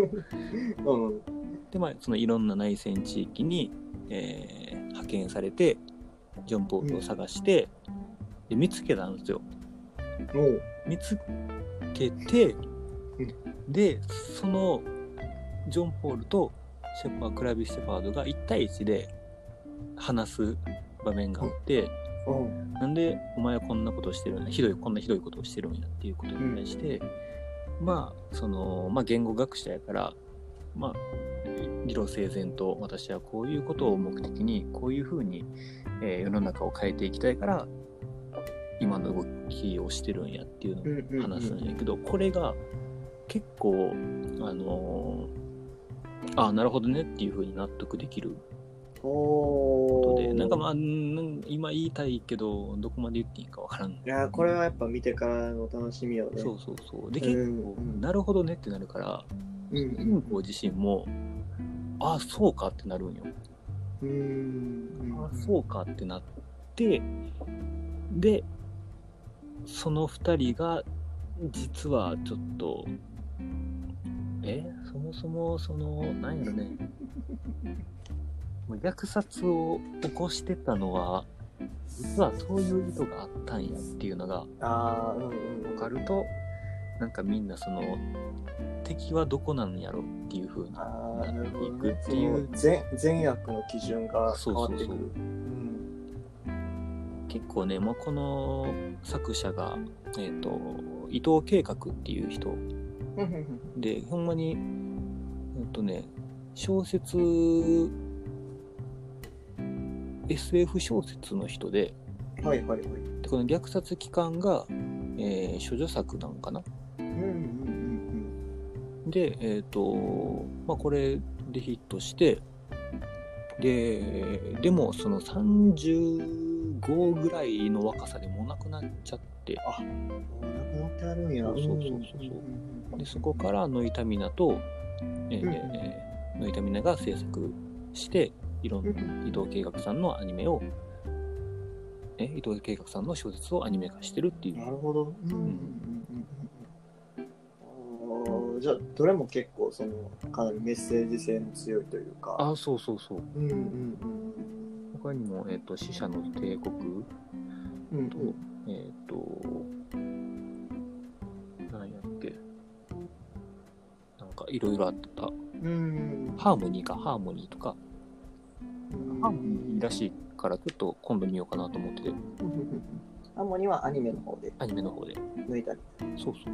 で、まあ、そのいろんな内戦地域に、派遣されて、ジョン・ポールを探して、で見つけたんですよ。見つけて、で、そのジョン・ポールとクラビス・シェパードが1対1で話す場面があって、なんでお前はこんなことをしてるんだ、こんなひどいことをしてるんやっていうことに対して、まあそのまあ言語学者やから、まあ理路整然と私はこういうことを目的にこういうふうに、世の中を変えていきたいから今の動きをしてるんやっていうのを話すんやけど、これが結構なるほどねっていうふうに納得できることで、なんかまあ今言いたいけどどこまで言っていいかわからん。いやこれはやっぱ見てからの楽しみよね。 そうで結構、なるほどねってなるから、主人公自身もそうかってなるんよ。そうかってなって、でその2人が実はちょっとそもそもその何やろね虐殺を起こしてたのは実はそういう意図があったんやっていうのが分かると、なんかみんなその敵はどこなんやろっていう風になっていくっていう、 善悪の基準が変わってくる。 結構ね、もうこの作者が伊藤計画っていう人で、ほんまに小説SF 小説の人で、でこの虐殺期間が、処女作なのかな。でまあこれでヒットして、でもその35ぐらいの若さでもう亡くなっちゃって、 亡くなってあるんや。 でそこからノイタミナと、ノイタミナが制作していろんな伊藤計画さんのアニメを伊藤計画さんの小説をアニメ化してるっていう。 なるほど。 じゃあどれも結構そのかなりメッセージ性の強いというか。 あ、そうそうそう。 うんうんうん。 他にも、死者の帝国と、何やっけ、なんかいろいろあった。ハーモニーとか、ハーモニーらしいからちょっと今度見ようかなと思ってて。 ハーモニーはアニメの方で抜いたり。 そうそうそう。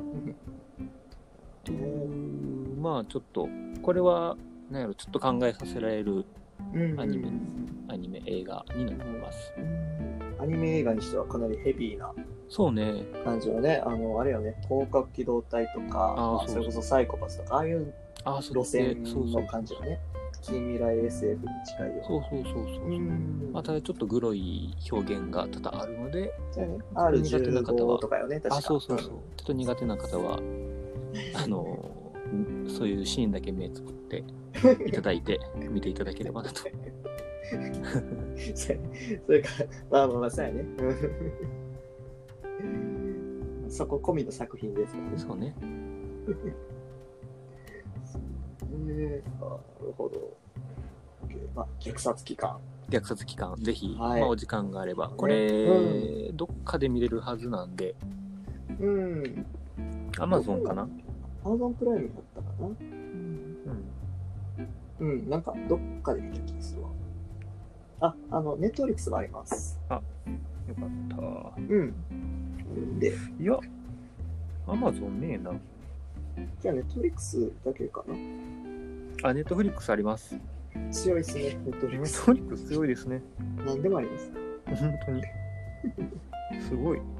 っていうまあちょっとこれは何やろ、ちょっと考えさせられるアニメ映画になってます。 アニメ映画にしてはかなりヘビーなそうね感じのね、あれよね、広角機動隊とか、それこそサイコパスとか、ああいう路線の感じのね、近未来 SF に近いような。 そうまあ、ただちょっとグロい表現が多々あるので、 R15 とかよね、確か。 そうちょっと苦手な方はそういうシーンだけ目つぶっていただいて見ていただければなと。 それかまあそうやね。そこ込みの作品ですからね。 そうね。 なるほど。まあ、虐殺期間ぜひ、まあ、お時間があればこれ、どっかで見れるはずなんで、Amazon かな、 Amazon プライムだったかな。なんかどっかで見た気がするわ。Netflix もあります。 あ、よかった。 で、 いや Amazon ねえな。 じゃあ Netflix だけかな。 Netflix あります。 強いですね、 Netflix 強いですね。 何でもあります。 本当に。すごい。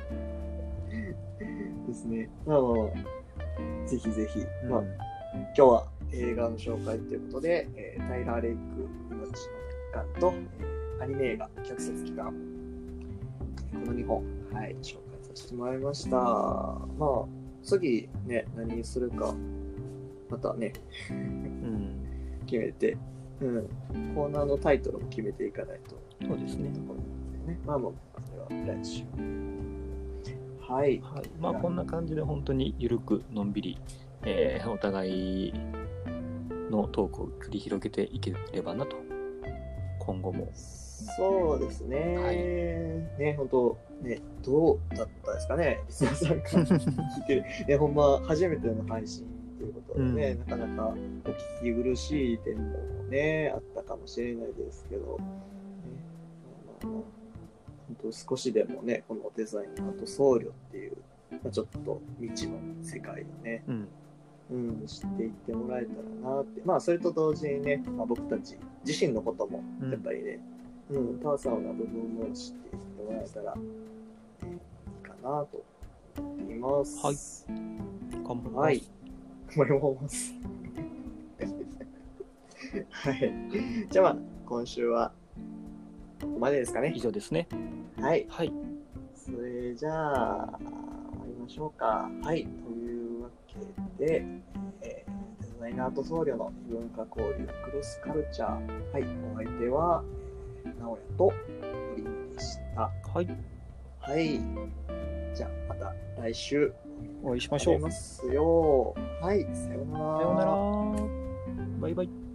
ですね。ぜひぜひ。まあ、今日は映画の紹介ということで、タイラー・レイク、命の日韓と、アニメ映画、虐殺期間。この2本、紹介させてもらいました。まあ、次ね、何にするか、またね、決めて、コーナーのタイトルも決めていかないと。 そうですね。 まあそれは来週。はい。 まあこんな感じで本当にゆるくのんびり、お互いのトークを繰り広げていければなと。今後も。 そうですね。ね、本当ね、どうだったですかね、リスナーさんから聞いてる。ほんま初めての配信ということでね、なかなかお聞き苦しい点もね、あったかもしれないですけど、本当少しでもね、このデザイン、あと僧侶っていう、ちょっと未知の世界をね、知っていってもらえたらなって。まあ、それと同時にね、僕たち自身のことも、やっぱりね、パーソナルな部分も知っていってもらえたら、いいかなと思っています。 頑張ります。 頑張ります。じゃあ、今週は、ここまでですかね。 以上ですね。 はい。それじゃあ、終わりましょうか。というわけで、デザイナーと僧侶の異文化交流クロスカルチャー。お相手は、直哉と堀でした。じゃあ、また来週お会いしましょう。 さようなら。 バイバイ。